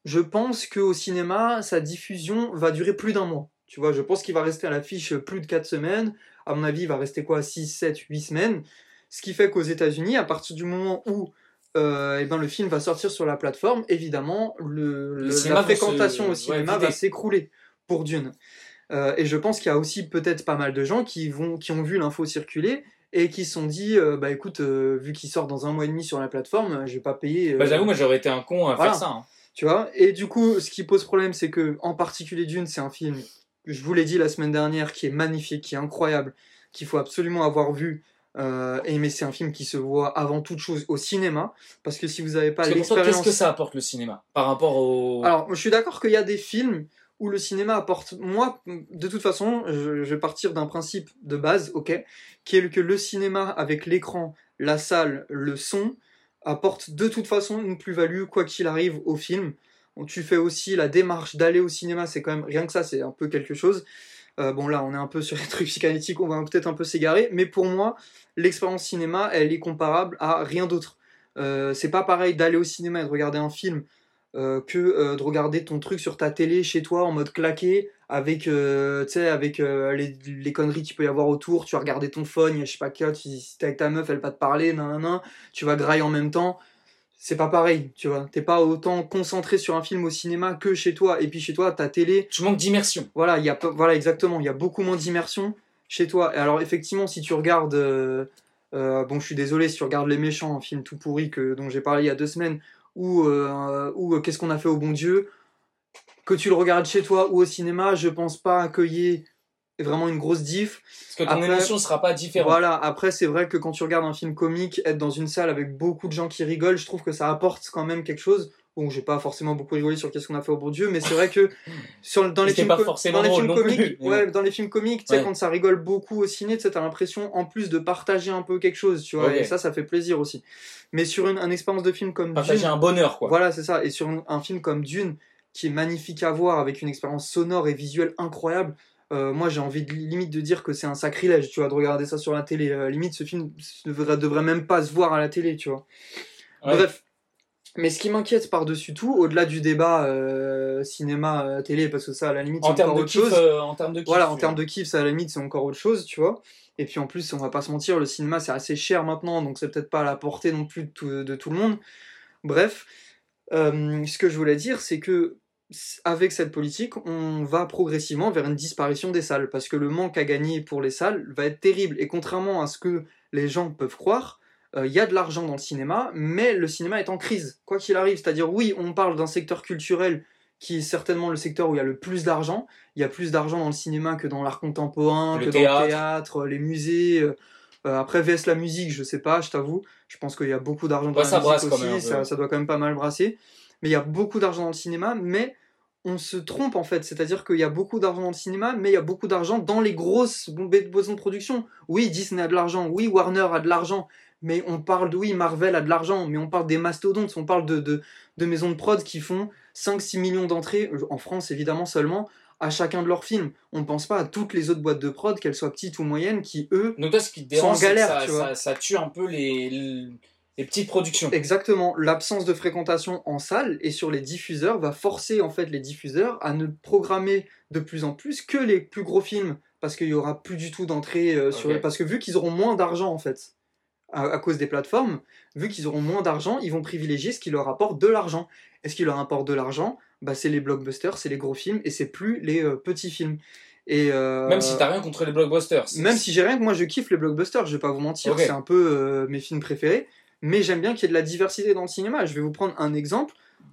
je pense qu'au cinéma, sa diffusion va durer plus d'un mois. Tu vois, je pense qu'il va rester à l'affiche plus de quatre semaines. À mon avis, il va rester quoi, six, sept, huit semaines. Ce qui fait qu'aux États-Unis, à partir du moment où euh, eh ben, le film va sortir sur la plateforme, évidemment, le, le, la fréquentation se... au cinéma ouais, va s'écrouler pour Dune. Euh, et je pense qu'il y a aussi peut-être pas mal de gens qui, vont, qui ont vu l'info circuler et qui se sont dit, euh, bah écoute, euh, vu qu'il sort dans un mois et demi sur la plateforme, je vais pas payer... Euh... Bah j'avoue, moi j'aurais été un con à voilà. faire ça. Hein. Tu vois, et du coup, ce qui pose problème, c'est que, en particulier Dune, c'est un film, je vous l'ai dit la semaine dernière, qui est magnifique, qui est incroyable, qu'il faut absolument avoir vu. Euh, et mais c'est un film qui se voit avant toute chose au cinéma, parce que si vous n'avez pas parce que l'expérience... Qu'est-ce que ça apporte le cinéma par rapport au... Alors, je suis d'accord qu'il y a des films où le cinéma apporte... Moi, de toute façon, je, je vais partir d'un principe de base, ok, qui est que le cinéma, avec l'écran, la salle, le son, apporte de toute façon une plus-value, quoi qu'il arrive, au film. Donc, tu fais aussi la démarche d'aller au cinéma, c'est quand même... Rien que ça, c'est un peu quelque chose. Euh, bon là on est un peu sur les trucs psychanalytiques, on va peut-être un peu s'égarer, mais pour moi l'expérience cinéma elle est comparable à rien d'autre. Euh, c'est pas pareil d'aller au cinéma et de regarder un film euh, que euh, de regarder ton truc sur ta télé chez toi en mode claqué avec, euh, avec euh, les, les conneries qu'il peut y avoir autour. Tu vas regarder ton phone, je sais pas quoi, si t'es avec ta meuf elle va pas te parler, nanana, tu vas grailler en même temps. C'est pas pareil, tu vois. T'es pas autant concentré sur un film au cinéma que chez toi. Et puis chez toi, ta télé... Tu manques d'immersion. Voilà, y a, voilà, exactement. Il y a beaucoup moins d'immersion chez toi. Et alors, effectivement, si tu regardes... Euh, euh, bon, je suis désolé, si tu regardes Les Méchants, un film tout pourri que, dont j'ai parlé il y a deux semaines, ou, euh, ou euh, Qu'est-ce qu'on a fait au bon Dieu, que tu le regardes chez toi ou au cinéma, je pense pas qu'il y ait vraiment une grosse diff. Parce que ton après, émotion sera pas différente. Voilà, après c'est vrai que quand tu regardes un film comique, être dans une salle avec beaucoup de gens qui rigolent, je trouve que ça apporte quand même quelque chose. Bon, j'ai pas forcément beaucoup rigolé sur Qu'est-ce qu'on a fait au bon Dieu, mais c'est vrai que sur, dans, les films, pas com- forcément dans les films non comiques, plus, mais... ouais, dans les films comiques, tu sais, ouais. quand ça rigole beaucoup au ciné, tu sais, t'as l'impression en plus de partager un peu quelque chose, tu vois, okay. Et ça, ça fait plaisir aussi. Mais sur une, une expérience de film comme partager Dune, un bonheur, quoi. Voilà, c'est ça. Et sur un, un film comme Dune, qui est magnifique à voir, avec une expérience sonore et visuelle incroyable. Euh, moi j'ai envie de, limite de dire que c'est un sacrilège, tu vois, de regarder ça sur la télé. Euh, limite ce film ne devrait, devrait même pas se voir à la télé, tu vois. Ouais. Bref, mais ce qui m'inquiète par-dessus tout, au-delà du débat euh, cinéma-télé, parce que ça à la limite c'est en encore autre kiff, chose. Euh, en termes de kiff. Voilà, en termes de kiff, ça à la limite c'est encore autre chose, tu vois. Et puis en plus, on va pas se mentir, le cinéma c'est assez cher maintenant, donc c'est peut-être pas à la portée non plus de tout, de tout le monde. Bref, euh, ce que je voulais dire, c'est que avec cette politique, on va progressivement vers une disparition des salles, parce que le manque à gagner pour les salles va être terrible. Et contrairement à ce que les gens peuvent croire, il euh, y a de l'argent dans le cinéma, mais le cinéma est en crise, quoi qu'il arrive. C'est-à-dire, oui, on parle d'un secteur culturel qui est certainement le secteur où il y a le plus d'argent. Il y a plus d'argent dans le cinéma que dans l'art contemporain, le que théâtre. dans le théâtre, les musées. Euh, après, V S la musique, je sais pas, je t'avoue. Je pense qu'il y a beaucoup d'argent dans ouais, la ça musique brasse aussi, quand même, ça, ça doit quand même pas mal brasser. Mais il y a beaucoup d'argent dans le cinéma, mais on se trompe en fait. C'est-à-dire qu'il y a beaucoup d'argent dans le cinéma, mais il y a beaucoup d'argent dans les grosses maisons de production. Oui, Disney a de l'argent, oui, Warner a de l'argent, mais on parle de, oui, Marvel a de l'argent, mais on parle des mastodontes, on parle de, de, de maisons de prod qui font cinq six millions d'entrées, en France évidemment seulement, à chacun de leurs films. On ne pense pas à toutes les autres boîtes de prod, qu'elles soient petites ou moyennes, qui eux Donc toi, ce qui te dérange, sont en galère, ça, tu vois. Ça, ça tue un peu les... les... Les petites productions. Exactement. L'absence de fréquentation en salle et sur les diffuseurs va forcer en fait les diffuseurs à ne programmer de plus en plus que les plus gros films, parce qu'il y aura plus du tout d'entrée euh, sur okay. Parce que vu qu'ils auront moins d'argent en fait à, à cause des plateformes, vu qu'ils auront moins d'argent, ils vont privilégier ce qui leur apporte de l'argent. Et ce qui leur apporte de l'argent, bah, c'est les blockbusters, c'est les gros films et c'est plus les euh, petits films. Et euh... Même si t'as rien contre les blockbusters. Même si j'ai rien, moi je kiffe les blockbusters, je vais pas vous mentir, okay. C'est un peu euh, mes films préférés. Mais j'aime bien qu'il y ait de la diversité dans le cinéma. Je vais vous prendre un exemple.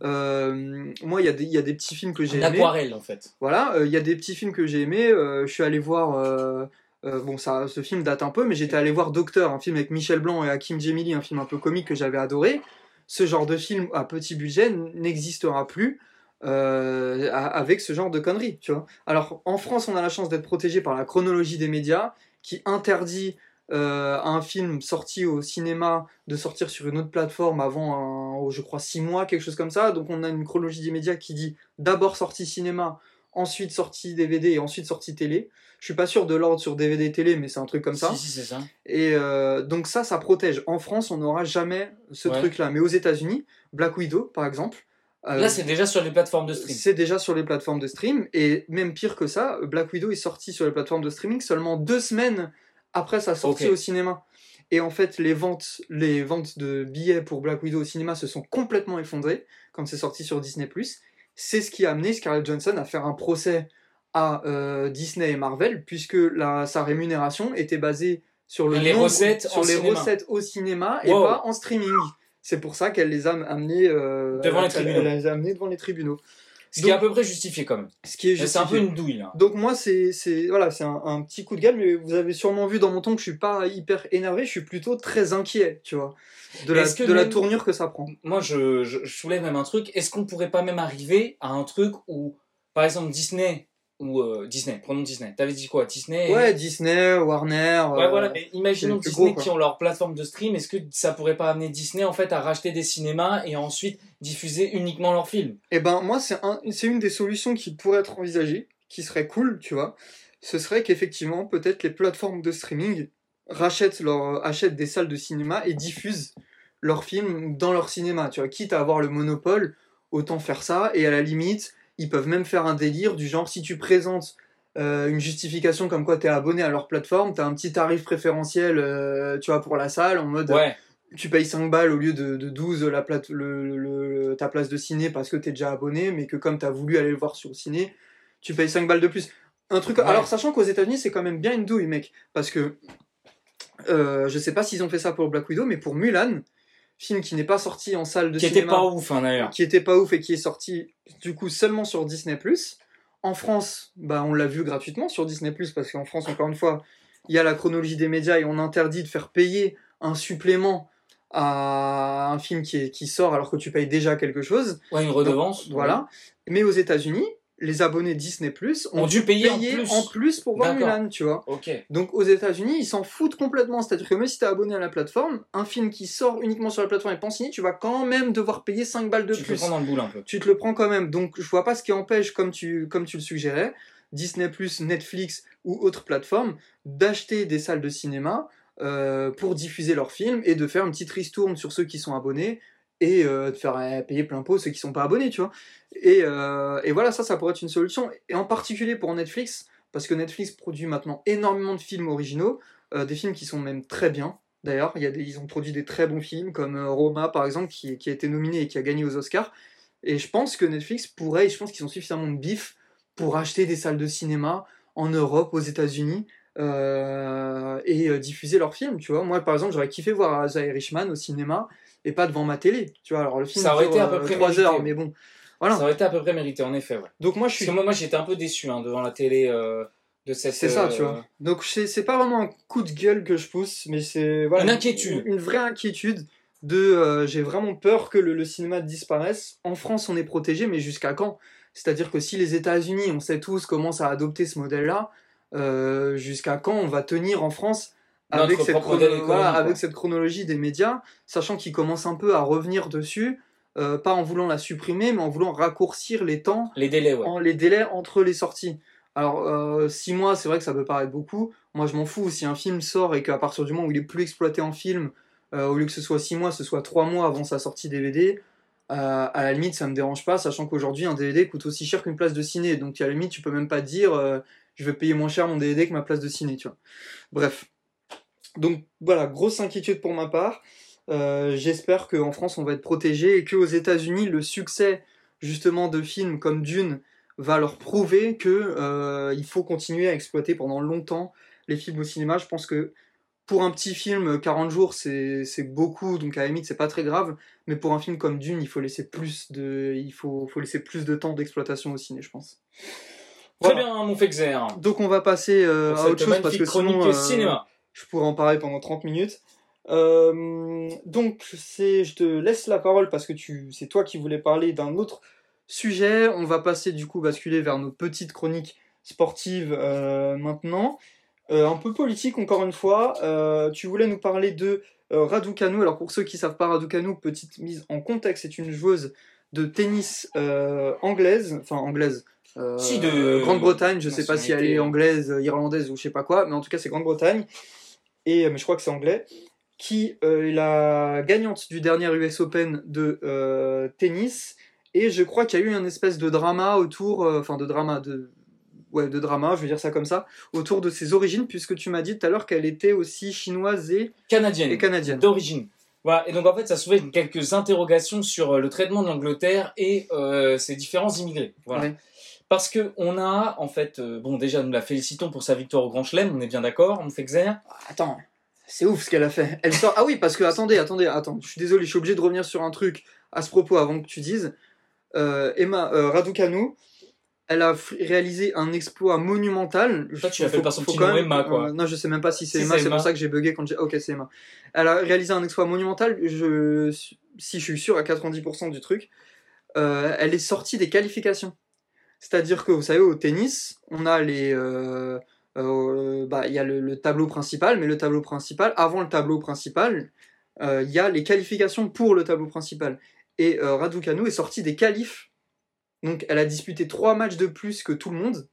Euh, moi, il y, y a des petits films que j'ai aimés. Aquarelle, en fait. Voilà, il euh, y a des petits films que j'ai aimés. Euh, je suis allé voir... Euh, euh, bon, ça, ce film date un peu, mais j'étais allé voir Docteur, un film avec Michel Blanc et Hakim Djemili, un film un peu comique que j'avais adoré. Ce genre de film à petit budget n'existera plus euh, avec ce genre de conneries, tu vois. Alors, en France, on a la chance d'être protégé par la chronologie des médias qui interdit... Euh, un film sorti au cinéma de sortir sur une autre plateforme avant, un, je crois, six mois, quelque chose comme ça. Donc on a une chronologie des médias qui dit d'abord sortie cinéma, ensuite sortie D V D et ensuite sortie télé. Je suis pas sûr de l'ordre sur D V D et télé, mais c'est un truc comme ça. Si, si, c'est ça. Et euh, donc ça, ça protège. En France, on n'aura jamais ce ouais. truc-là. Mais aux États-Unis, Black Widow, par exemple, Euh, Là, c'est déjà sur les plateformes de stream. C'est déjà sur les plateformes de stream, et même pire que ça, Black Widow est sorti sur les plateformes de streaming seulement deux semaines après sa sortie Ok. au cinéma. Et en fait, les ventes, les ventes de billets pour Black Widow au cinéma se sont complètement effondrées quand c'est sorti sur Disney plus. C'est ce qui a amené Scarlett Johansson à faire un procès à euh, Disney et Marvel, puisque la, sa rémunération était basée sur, le Les nombre- recettes sur en les cinéma. recettes au cinéma et Wow. pas en streaming. C'est pour ça qu'elle les a amenés euh, Devant elle- les tribunaux. Elle les a amenés devant les tribunaux. Ce qui est Donc- à peu près justifié quand même. Ce qui est Mais C'est un peu justifié. une douille là. Donc moi c'est c'est voilà, c'est un, un petit coup de gueule, mais vous avez sûrement vu dans mon ton que je suis pas hyper énervé, je suis plutôt très inquiet, tu vois, de la, Est-ce que de la même- tournure que ça prend. Moi, je, je, je soulève même un truc. Est-ce qu'on pourrait pas même arriver à un truc où, par exemple, Disney ou euh, Disney, prenons Disney. T'avais dit quoi, Disney et- Ouais, Disney, Warner. Ouais, euh, voilà, mais imaginons c'est le plus Disney gros, quoi. qui ont leur plateforme de stream, est-ce que ça pourrait pas amener Disney en fait à racheter des cinémas et ensuite diffuser uniquement leurs films? Eh ben moi c'est un, c'est une des solutions qui pourrait être envisagée, qui serait cool, tu vois. Ce serait qu'effectivement peut-être les plateformes de streaming rachètent leur, achètent des salles de cinéma et diffusent leurs films dans leur cinéma, tu vois. Quitte à avoir le monopole, autant faire ça. Et à la limite, ils peuvent même faire un délire du genre si tu présentes euh, une justification comme quoi t'es abonné à leur plateforme, t'as un petit tarif préférentiel, euh, tu vois, pour la salle en mode. Ouais, Tu payes cinq balles au lieu de, de douze la plate, le, le- ta place de ciné parce que t'es déjà abonné, mais que comme t'as voulu aller le voir sur le ciné, tu payes cinq balles de plus. Un truc. Ouais. Alors, sachant qu'aux États-Unis, c'est quand même bien une douille, mec. Parce que euh, je sais pas s'ils ont fait ça pour Black Widow, mais pour Mulan, film qui n'est pas sorti en salle de qui était cinéma, pas ouf hein, d'ailleurs. qui était pas ouf et qui est sorti du coup seulement sur Disney plus. En France, bah, on l'a vu gratuitement sur Disney plus parce qu'en France, encore une fois, il y a la chronologie des médias et on interdit de faire payer un supplément à un film qui, est, qui sort alors que tu payes déjà quelque chose. Ouais, une redevance. Donc, voilà. Mais aux États-Unis, les abonnés Disney plus ont, Ont dû payer en payer plus. en plus pour voir D'accord. Mulan, tu vois. Ok. Donc aux États-Unis, ils s'en foutent complètement. C'est-à-dire que même si t'es abonné à la plateforme, un film qui sort uniquement sur la plateforme et pas en ciné, tu vas quand même devoir payer cinq balles de Tu te plus. le prends dans le boule un peu. Tu te le prends quand même. Donc je vois pas ce qui empêche, comme tu, comme tu le suggérais, Disney plus, Netflix ou autres plateformes, d'acheter des salles de cinéma euh, pour diffuser leurs films et de faire une petite ristourne sur ceux qui sont abonnés et euh, de faire euh, payer plein pot ceux qui sont pas abonnés, tu vois. Et, euh, et voilà, ça, ça pourrait être une solution. Et en particulier pour Netflix, parce que Netflix produit maintenant énormément de films originaux, euh, des films qui sont même très bien. D'ailleurs, il y a des, ils ont produit des très bons films, comme euh, Roma, par exemple, qui, qui a été nominé et qui a gagné aux Oscars. Et je pense que Netflix pourrait, et je pense qu'ils ont suffisamment de bif pour acheter des salles de cinéma en Europe, aux États-Unis, euh, et euh, diffuser leurs films, tu vois. Moi, par exemple, j'aurais kiffé voir The Irishman au cinéma et pas devant ma télé, tu vois. Alors, le film Ça aurait dure été à peu euh, près trois mérité, heures, ouais. mais bon, voilà. Ça aurait été à peu près mérité, en effet. Ouais. Donc moi, je Parce suis... que moi, moi j'étais un peu déçu hein, devant la télé euh, de cette. C'est ça, euh, tu vois. Donc c'est c'est pas vraiment un coup de gueule que je pousse, mais c'est voilà, Une inquiétude. Une, une vraie inquiétude de euh, j'ai vraiment peur que le, le cinéma disparaisse. En France, on est protégé, mais jusqu'à quand? C'est-à-dire que si les États-Unis, on sait tous, commencent à adopter ce modèle-là, euh, jusqu'à quand on va tenir en France avec, Notre cette, propre modèle chrono- voilà, économique, avec quoi. cette chronologie des médias, sachant qu'ils commencent un peu à revenir dessus, euh, pas en voulant la supprimer, mais en voulant raccourcir les temps Les délais, ouais. en les délais entre les sorties. Alors, euh, six mois, c'est vrai que ça peut paraître beaucoup. Moi, je m'en fous. Si un film sort et qu'à partir du moment où il est plus exploité en film, euh, au lieu que ce soit six mois, ce soit trois mois avant sa sortie D V D, euh, à la limite, ça me dérange pas, sachant qu'aujourd'hui, un D V D coûte aussi cher qu'une place de ciné. Donc, à la limite, tu peux même pas dire euh, je vais payer moins cher mon D V D que ma place de ciné, tu vois. Bref. Donc, voilà, grosse inquiétude pour ma part. Euh, j'espère qu'en France, on va être protégé et qu'aux États-Unis, le succès justement de films comme Dune va leur prouver que euh, il faut continuer à exploiter pendant longtemps les films au cinéma. Je pense que pour un petit film, quarante jours, c'est c'est beaucoup, donc à la limite, c'est pas très grave. Mais pour un film comme Dune, il faut laisser plus de, il faut, faut laisser plus de temps d'exploitation au ciné, je pense. Très Voilà. bien, mon Fexer. Donc on va passer euh, Pour à autre cette chose parce magnifique que sinon, chronique euh, cinéma. je pourrais en parler pendant trente minutes. Euh, donc, c'est, je te laisse la parole parce que tu, c'est toi qui voulais parler d'un autre sujet. On va passer du coup, basculer vers nos petites chroniques sportives euh, maintenant. Euh, un peu politique encore une fois. Euh, tu voulais nous parler de euh, Raducanu. Alors pour ceux qui savent pas Raducanu, petite mise en contexte, c'est une joueuse de tennis euh, anglaise, enfin anglaise. Euh, Si, de- Grande-Bretagne, je sais pas si elle nationalité, est euh. anglaise, irlandaise ou je sais pas quoi, mais en tout cas c'est Grande-Bretagne. Et mais je crois que c'est anglais, qui euh, est la gagnante du dernier U S Open de euh, tennis Et je crois qu'il y a eu un espèce de drama autour, euh, enfin de drama, de, ouais, de drama, je veux dire ça comme ça, autour de ses origines, puisque tu m'as dit tout à l'heure qu'elle était aussi chinoise et, Canadienne. et canadienne. D'origine. Voilà. Et donc en fait, ça soulève quelques interrogations sur le traitement de l'Angleterre et euh, ses différents immigrés. Voilà. Ouais. Parce que on a, en fait, euh, bon, déjà, nous la félicitons pour sa victoire au Grand Chelem, on est bien d'accord, on fait Xer. Attends, c'est ouf ce qu'elle a fait. Elle sort. Ah oui, parce que attendez, attendez, attends, je suis désolé, je suis obligé de revenir sur un truc à ce propos avant que tu dises. Euh, Emma euh, Raducanu, elle a f- réalisé un exploit monumental. Toi, tu l'appelles pas son petit nom Emma, quoi. Euh, non, je sais même pas si c'est si Emma, c'est, c'est Emma. Pour ça que j'ai bugué quand j'ai. Ok, c'est Emma. Elle a réalisé un exploit monumental. Je, si je suis sûr à quatre-vingt-dix pour cent du truc, euh, elle est sortie des qualifications. C'est-à-dire que vous savez, au tennis, on a les. Euh, euh, bah, il y a le, le tableau principal, mais le tableau principal, avant le tableau principal, euh, il y a les qualifications pour le tableau principal. Et euh, Raducanu est sortie des qualifs. Donc elle a disputé trois matchs de plus que tout le monde.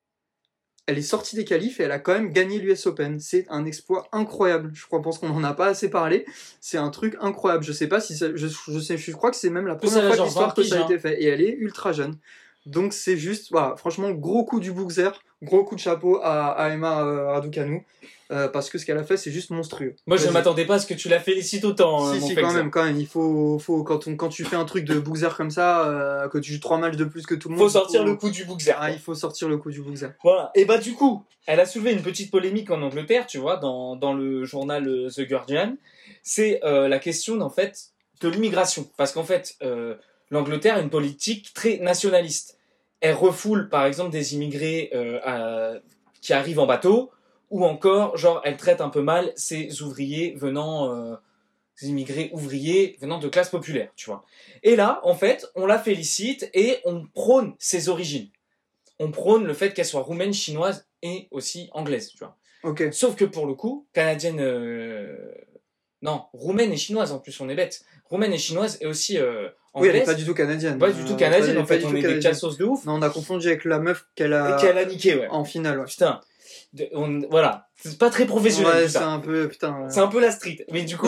Elle est sortie des qualifs et elle a quand même gagné l'U S Open. C'est un exploit incroyable. Je crois, pense qu'on n'en a pas assez parlé. C'est un truc incroyable. Je sais pas si ça, je, je sais, je crois que c'est même la première fois de l'histoire que ça a été fait. Et elle est ultra jeune. Donc c'est juste, voilà, franchement, gros coup du Bookser, gros coup de chapeau à, à Emma euh, Raducanu. Euh, parce que ce qu'elle a fait, c'est juste monstrueux. Moi, je ne m'attendais pas à ce que tu la félicites autant. Si, mon si, Fexer. quand même, quand même. Il faut, faut quand, on, quand tu fais un truc de Bookser comme ça, euh, que tu joues trois matchs de plus que tout le monde. Faut sortir faut... le coup du Bookser. Ah, il faut sortir le coup du Bookser. Voilà. Et bah, du coup, elle a soulevé une petite polémique en Angleterre, tu vois, dans, dans le journal The Guardian. C'est euh, la question, en fait, de l'immigration. Parce qu'en fait, euh, l'Angleterre a une politique très nationaliste. Elle refoule, par exemple, des immigrés euh, à... qui arrivent en bateau. Ou encore, genre, elle traite un peu mal ces ouvriers venant, euh, ces immigrés ouvriers venant de classes populaires, tu vois. Et là, en fait, on la félicite et on prône ses origines. On prône le fait qu'elle soit roumaine, chinoise et aussi anglaise, tu vois. Okay. Sauf que pour le coup, canadienne, euh... non, roumaine et chinoise en plus, on est bête. Roumaine et chinoise et aussi euh, anglaise. Oui, elle n'est pas du tout canadienne. Pas du tout canadienne, euh, en fait, on est des cassos de ouf. Non, on a confondu avec la meuf qu'elle a... Et qu'elle a niqué, ouais. En finale, ouais. Putain. De, on, voilà, c'est pas très professionnel. Ouais, tout ça. c'est un peu putain. Ouais. C'est un peu la street. Mais du coup,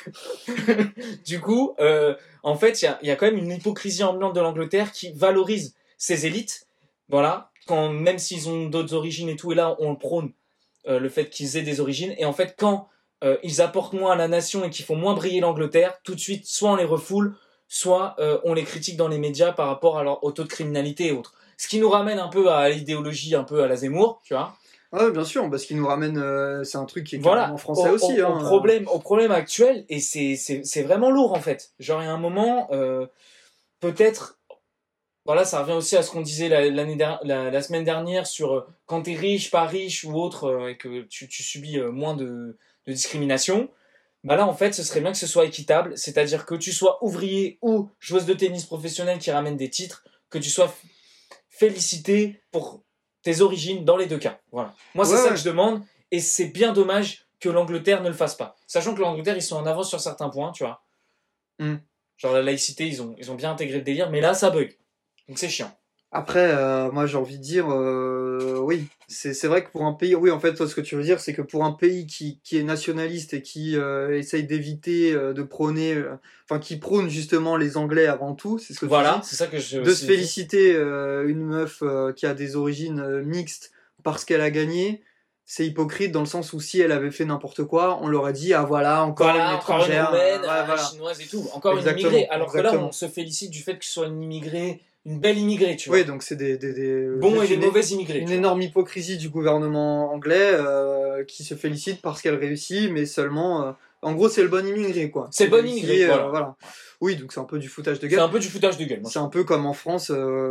du coup, euh, en fait, il y a, y a quand même une hypocrisie ambiante de l'Angleterre qui valorise ses élites. Voilà, quand même s'ils ont d'autres origines et tout, et là on le prône euh, le fait qu'ils aient des origines. Et en fait, quand euh, ils apportent moins à la nation et qu'ils font moins briller l'Angleterre, tout de suite, soit on les refoule, soit euh, on les critique dans les médias par rapport à leur, au taux de criminalité et autres. Ce qui nous ramène un peu à l'idéologie, un peu à la Zemmour, tu vois. Ah, bien sûr, parce qu'il nous ramène, euh, c'est un truc qui est voilà, en français au, aussi. Au, hein. au, problème, au problème actuel, et c'est, c'est, c'est vraiment lourd en fait. Genre, il y a un moment, euh, peut-être, voilà, ça revient aussi à ce qu'on disait la, l'année der- la, la semaine dernière sur euh, quand t'es riche, pas riche ou autre, euh, et que tu, tu subis euh, moins de, de discrimination. Bah là, en fait, ce serait bien que ce soit équitable, c'est-à-dire que tu sois ouvrier ou joueuse de tennis professionnelle qui ramène des titres, que tu sois f- félicité pour tes origines dans les deux cas. Voilà. Moi, c'est ouais, ça ouais. que je demande, et c'est bien dommage que l'Angleterre ne le fasse pas. Sachant que l'Angleterre, ils sont en avance sur certains points, tu vois. Mm. Genre la laïcité, ils ont, ils ont bien intégré le délire, mais là, ça bug. Donc c'est chiant. Après, euh, moi, j'ai envie de dire, euh, oui, c'est, c'est vrai que pour un pays, oui, en fait, toi, ce que tu veux dire, c'est que pour un pays qui, qui est nationaliste et qui euh, essaye d'éviter euh, de prôner, euh, enfin, qui prône justement les Anglais avant tout, c'est ce que voilà, tu dis, c'est ça que je de se féliciter euh, une meuf euh, qui a des origines euh, mixtes parce qu'elle a gagné, c'est hypocrite dans le sens où si elle avait fait n'importe quoi, on leur a dit, ah voilà, encore voilà, une étrangère, encore une roumaine, euh, ouais, voilà. chinoise et tout, encore exactement, une immigrée, alors exactement. Que là, on se félicite du fait que ce soit une immigrée, une belle immigrée, tu vois. Oui, donc c'est des, des, des bons et des mauvais immigrés. Une énorme vois. hypocrisie du gouvernement anglais euh, qui se félicite parce qu'elle réussit, mais seulement, euh, en gros, c'est le bon immigré, quoi. C'est le bon immigré, euh, voilà. voilà. Oui, donc c'est un peu du foutage de gueule. C'est un peu du foutage de gueule. C'est un peu comme en France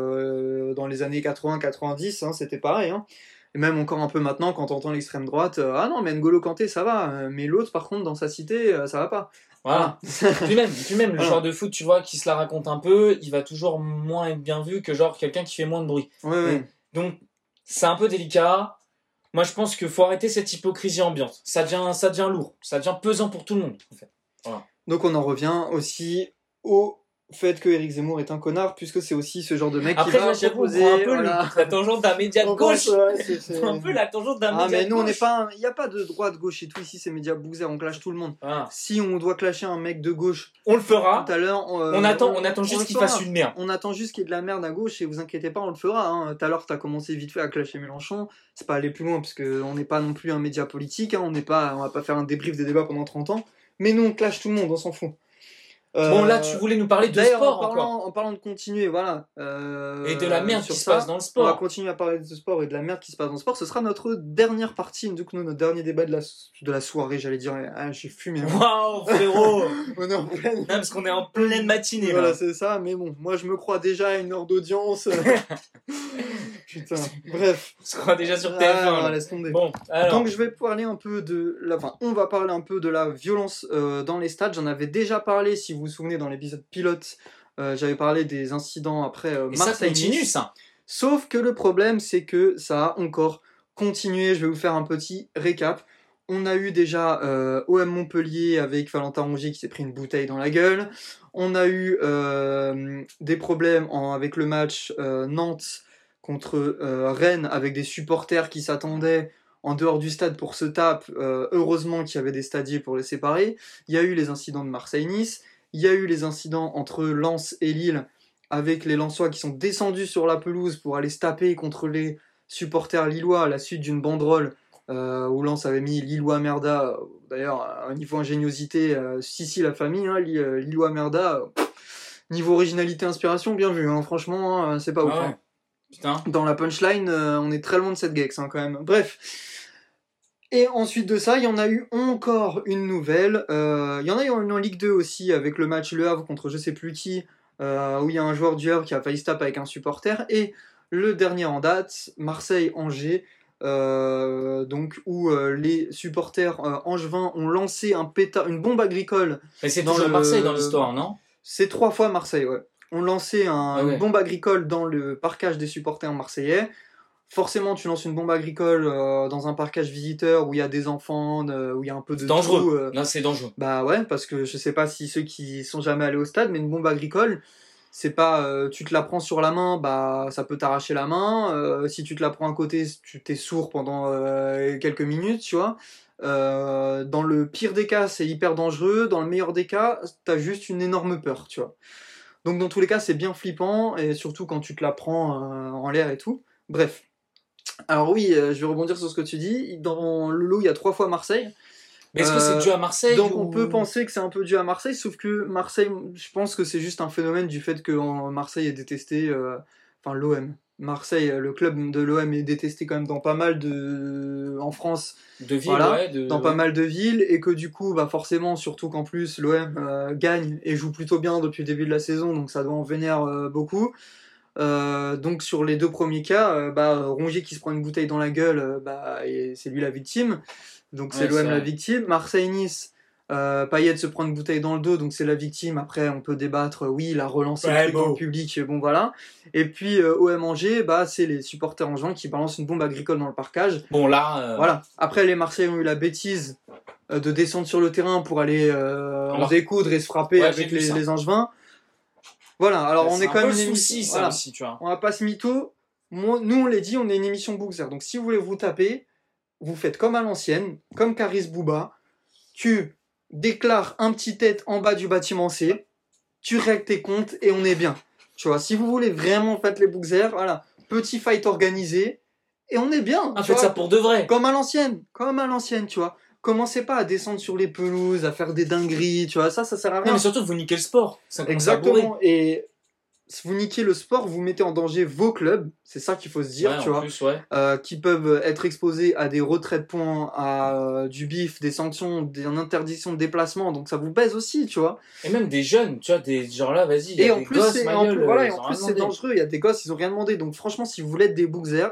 euh, dans les années quatre-vingts quatre-vingt-dix, hein, c'était pareil. Hein. Et même encore un peu maintenant, quand on entend l'extrême droite, euh, ah non, mais N'Golo Kanté, ça va, mais l'autre, par contre, dans sa cité, euh, ça va pas. Voilà. puis même, puis même le voilà. joueur de foot, tu vois, qui se la raconte un peu, il va toujours moins être bien vu que genre quelqu'un qui fait moins de bruit. Ouais, ouais. Donc, c'est un peu délicat. Moi, je pense qu'il faut arrêter cette hypocrisie ambiante. Ça devient, ça devient lourd. Ça devient pesant pour tout le monde, en fait. Voilà. Donc, on en revient aussi au faites que Éric Zemmour est un connard, puisque c'est aussi ce genre de mec Après, qui va là, j'avoue, on proposer... prend un peu voilà. le- la tangente d'un média de On gauche. pense, ouais, c'est- c'est- Un peu la tangente d'un Ah, média mais de nous, on n'est gauche. pas... Il n'y a pas de droite, gauche et tout, ici, c'est média Bougzer, on clash tout le monde. Ah. Si on doit clasher un mec de gauche On le fera. tout à l'heure... euh, On attend, on attend on juste le qu'il fera. fasse une merde. On attend juste qu'il y ait de la merde à gauche et vous inquiétez pas, on le fera. Hein. Tout à l'heure, t'as commencé vite fait à clasher Mélenchon. C'est pas aller plus loin parce qu'on n'est pas non plus un média politique. Hein. On n'est pas, on va pas faire un débrief des débats pendant trente ans. Mais nous, on clash tout le monde, on s'en fout. Euh, Bon, là, tu voulais nous parler de D'ailleurs, sport en parlant, encore. en parlant de continuer, voilà. euh, Et de la merde sur qui se ça, passe dans le On va sport. continuer à parler de sport et de la merde qui se passe dans le sport. Ce sera notre dernière partie, du coup, notre dernier débat de la, de la soirée, j'allais dire. Ah, j'ai fumé. hein. Waouh, frérot. On est en pleine. Non, parce qu'on est en pleine matinée, Voilà, là. c'est ça, mais bon, moi je me crois déjà à une heure d'audience. Putain, bref. On se croit déjà sur Ah, T F un. non, là. laisse tomber. Bon, alors. Donc je vais parler un peu de la... Enfin, on va parler un peu de la violence euh, dans les stades. J'en avais déjà parlé, si vous vous souvenez, dans l'épisode pilote. Euh, j'avais parlé des incidents après euh, Et ça Marseille. continue, ça. Sauf que le problème, c'est que ça a encore continué. Je vais vous faire un petit récap. On a eu déjà euh, O M Montpellier avec Valentin Rongier qui s'est pris une bouteille dans la gueule. On a eu euh, des problèmes en- avec le match euh, Nantes contre euh, Rennes avec des supporters qui s'attendaient en dehors du stade pour se taper. Euh, heureusement qu'il y avait des stadiers pour les séparer. Il y a eu les incidents de Marseille-Nice. Il y a eu les incidents entre Lens et Lille avec les Lensois qui sont descendus sur la pelouse pour aller se taper contre les supporters lillois à la suite d'une banderole euh, où Lens avait mis Lillois Merda. D'ailleurs, à un niveau ingéniosité, euh, si si la famille, hein, Li- euh, Lillois Merda, euh, pff, niveau originalité, inspiration, bien vu, hein, franchement, hein, c'est pas ouf. Ah ouais. hein. Putain. Dans la punchline, euh, on est très loin de cette gex hein, quand même. Bref. Et ensuite de ça, il y en a eu encore une nouvelle. Euh, Il y en a eu une en Ligue deux aussi, avec le match Le Havre contre je sais plus qui, euh, où il y a un joueur du Havre qui a failli se taper avec un supporter. Et le dernier en date, Marseille-Angers, euh, donc où euh, les supporters euh, angevins ont lancé un pétard, une bombe agricole. Mais c'est Dans toujours le- Marseille dans l'histoire, non? C'est trois fois Marseille, ouais. On lançait un, Ah ouais. une bombe agricole dans le parcage des supporters marseillais. Forcément, tu lances une bombe agricole euh, dans un parcage visiteur où il y a des enfants, euh, où il y a un peu de C'est dangereux. tout, euh, Là, c'est dangereux. bah ouais, parce que je sais pas si ceux qui sont jamais allés au stade, mais une bombe agricole, c'est pas, euh, tu te la prends sur la main, bah ça peut t'arracher la main. Euh, si tu te la prends à côté, tu t'es sourd pendant euh, quelques minutes, tu vois. Euh, dans le pire des cas, c'est hyper dangereux. Dans le meilleur des cas, t'as juste une énorme peur, tu vois. Donc dans tous les cas, c'est bien flippant, et surtout quand tu te la prends euh, en l'air et tout. Bref. Alors oui, euh, je vais rebondir sur ce que tu dis. Dans le lot, il y a trois fois Marseille. Mais est-ce que Euh, c'est dû à Marseille Donc ou- on peut penser que c'est un peu dû à Marseille, sauf que Marseille, je pense que c'est juste un phénomène du fait que en- Marseille est détesté, euh, enfin l'O M. Marseille, euh, le club de l'O M est détesté quand même dans pas mal de... en France, de ville, voilà, ouais, de... dans pas mal de villes, et que du coup, bah forcément, surtout qu'en plus l'O M euh, gagne et joue plutôt bien depuis le début de la saison, donc ça doit en vénère euh, beaucoup. Euh, donc sur les deux premiers cas, euh, bah, Rongier qui se prend une bouteille dans la gueule, euh, bah, et c'est lui la victime. Donc c'est Ouais, l'O M c'est la vrai. victime. Marseille-Nice, euh, Payet se prend une bouteille dans le dos, donc c'est la victime. Après on peut débattre, euh, oui il a relancé Ouais, le truc bon. dans le public, bon voilà. Et puis euh, O M Angers, bah, c'est les supporters angevins qui balancent une bombe agricole dans le parcage. Bon, là... euh, Voilà. Après les Marseillais ont eu la bêtise euh, de descendre sur le terrain pour aller euh, en Alors- découdre et se frapper Ouais, j'ai avec vu les, ça. les angevins. Voilà, alors on c'est est un quand peu même le une souci, émission- ça voilà. aussi, tu vois. On va pas se mytho. Moi, nous, on l'a dit, on est une émission Bookzer. Donc, si vous voulez vous taper, vous faites comme à l'ancienne, comme Caris Bouba. Tu déclares un petit tête en bas du bâtiment C. Tu règles tes comptes et on est bien. Tu vois, si vous voulez vraiment faire les Bookzer, voilà. Petit fight organisé. Et on est bien. Ah, tu faites vois. ça pour de vrai. Comme à l'ancienne. Comme à l'ancienne, tu vois. Commencez pas à descendre sur les pelouses, à faire des dingueries, tu vois. Ça, ça sert à rien. Non, mais surtout, vous niquez le sport. Ça commence à bourrer. Exactement. Et si vous niquez le sport, vous mettez en danger vos clubs. C'est ça qu'il faut se dire, Ouais, tu en vois. plus, ouais. Euh, qui peuvent être exposés à des retraits de points, à euh, du bif, des sanctions, des interdictions de déplacement. Donc ça vous pèse aussi, tu vois. Et même des jeunes, tu vois, des genre là, vas-y, il y a Et en des plus, gosses, c'est, ma en gueule, plus, voilà, euh, et ils en ont plus rien c'est demandé. dangereux. Il y a des gosses, ils ont rien demandé. Donc franchement, si vous voulez être des bookzers,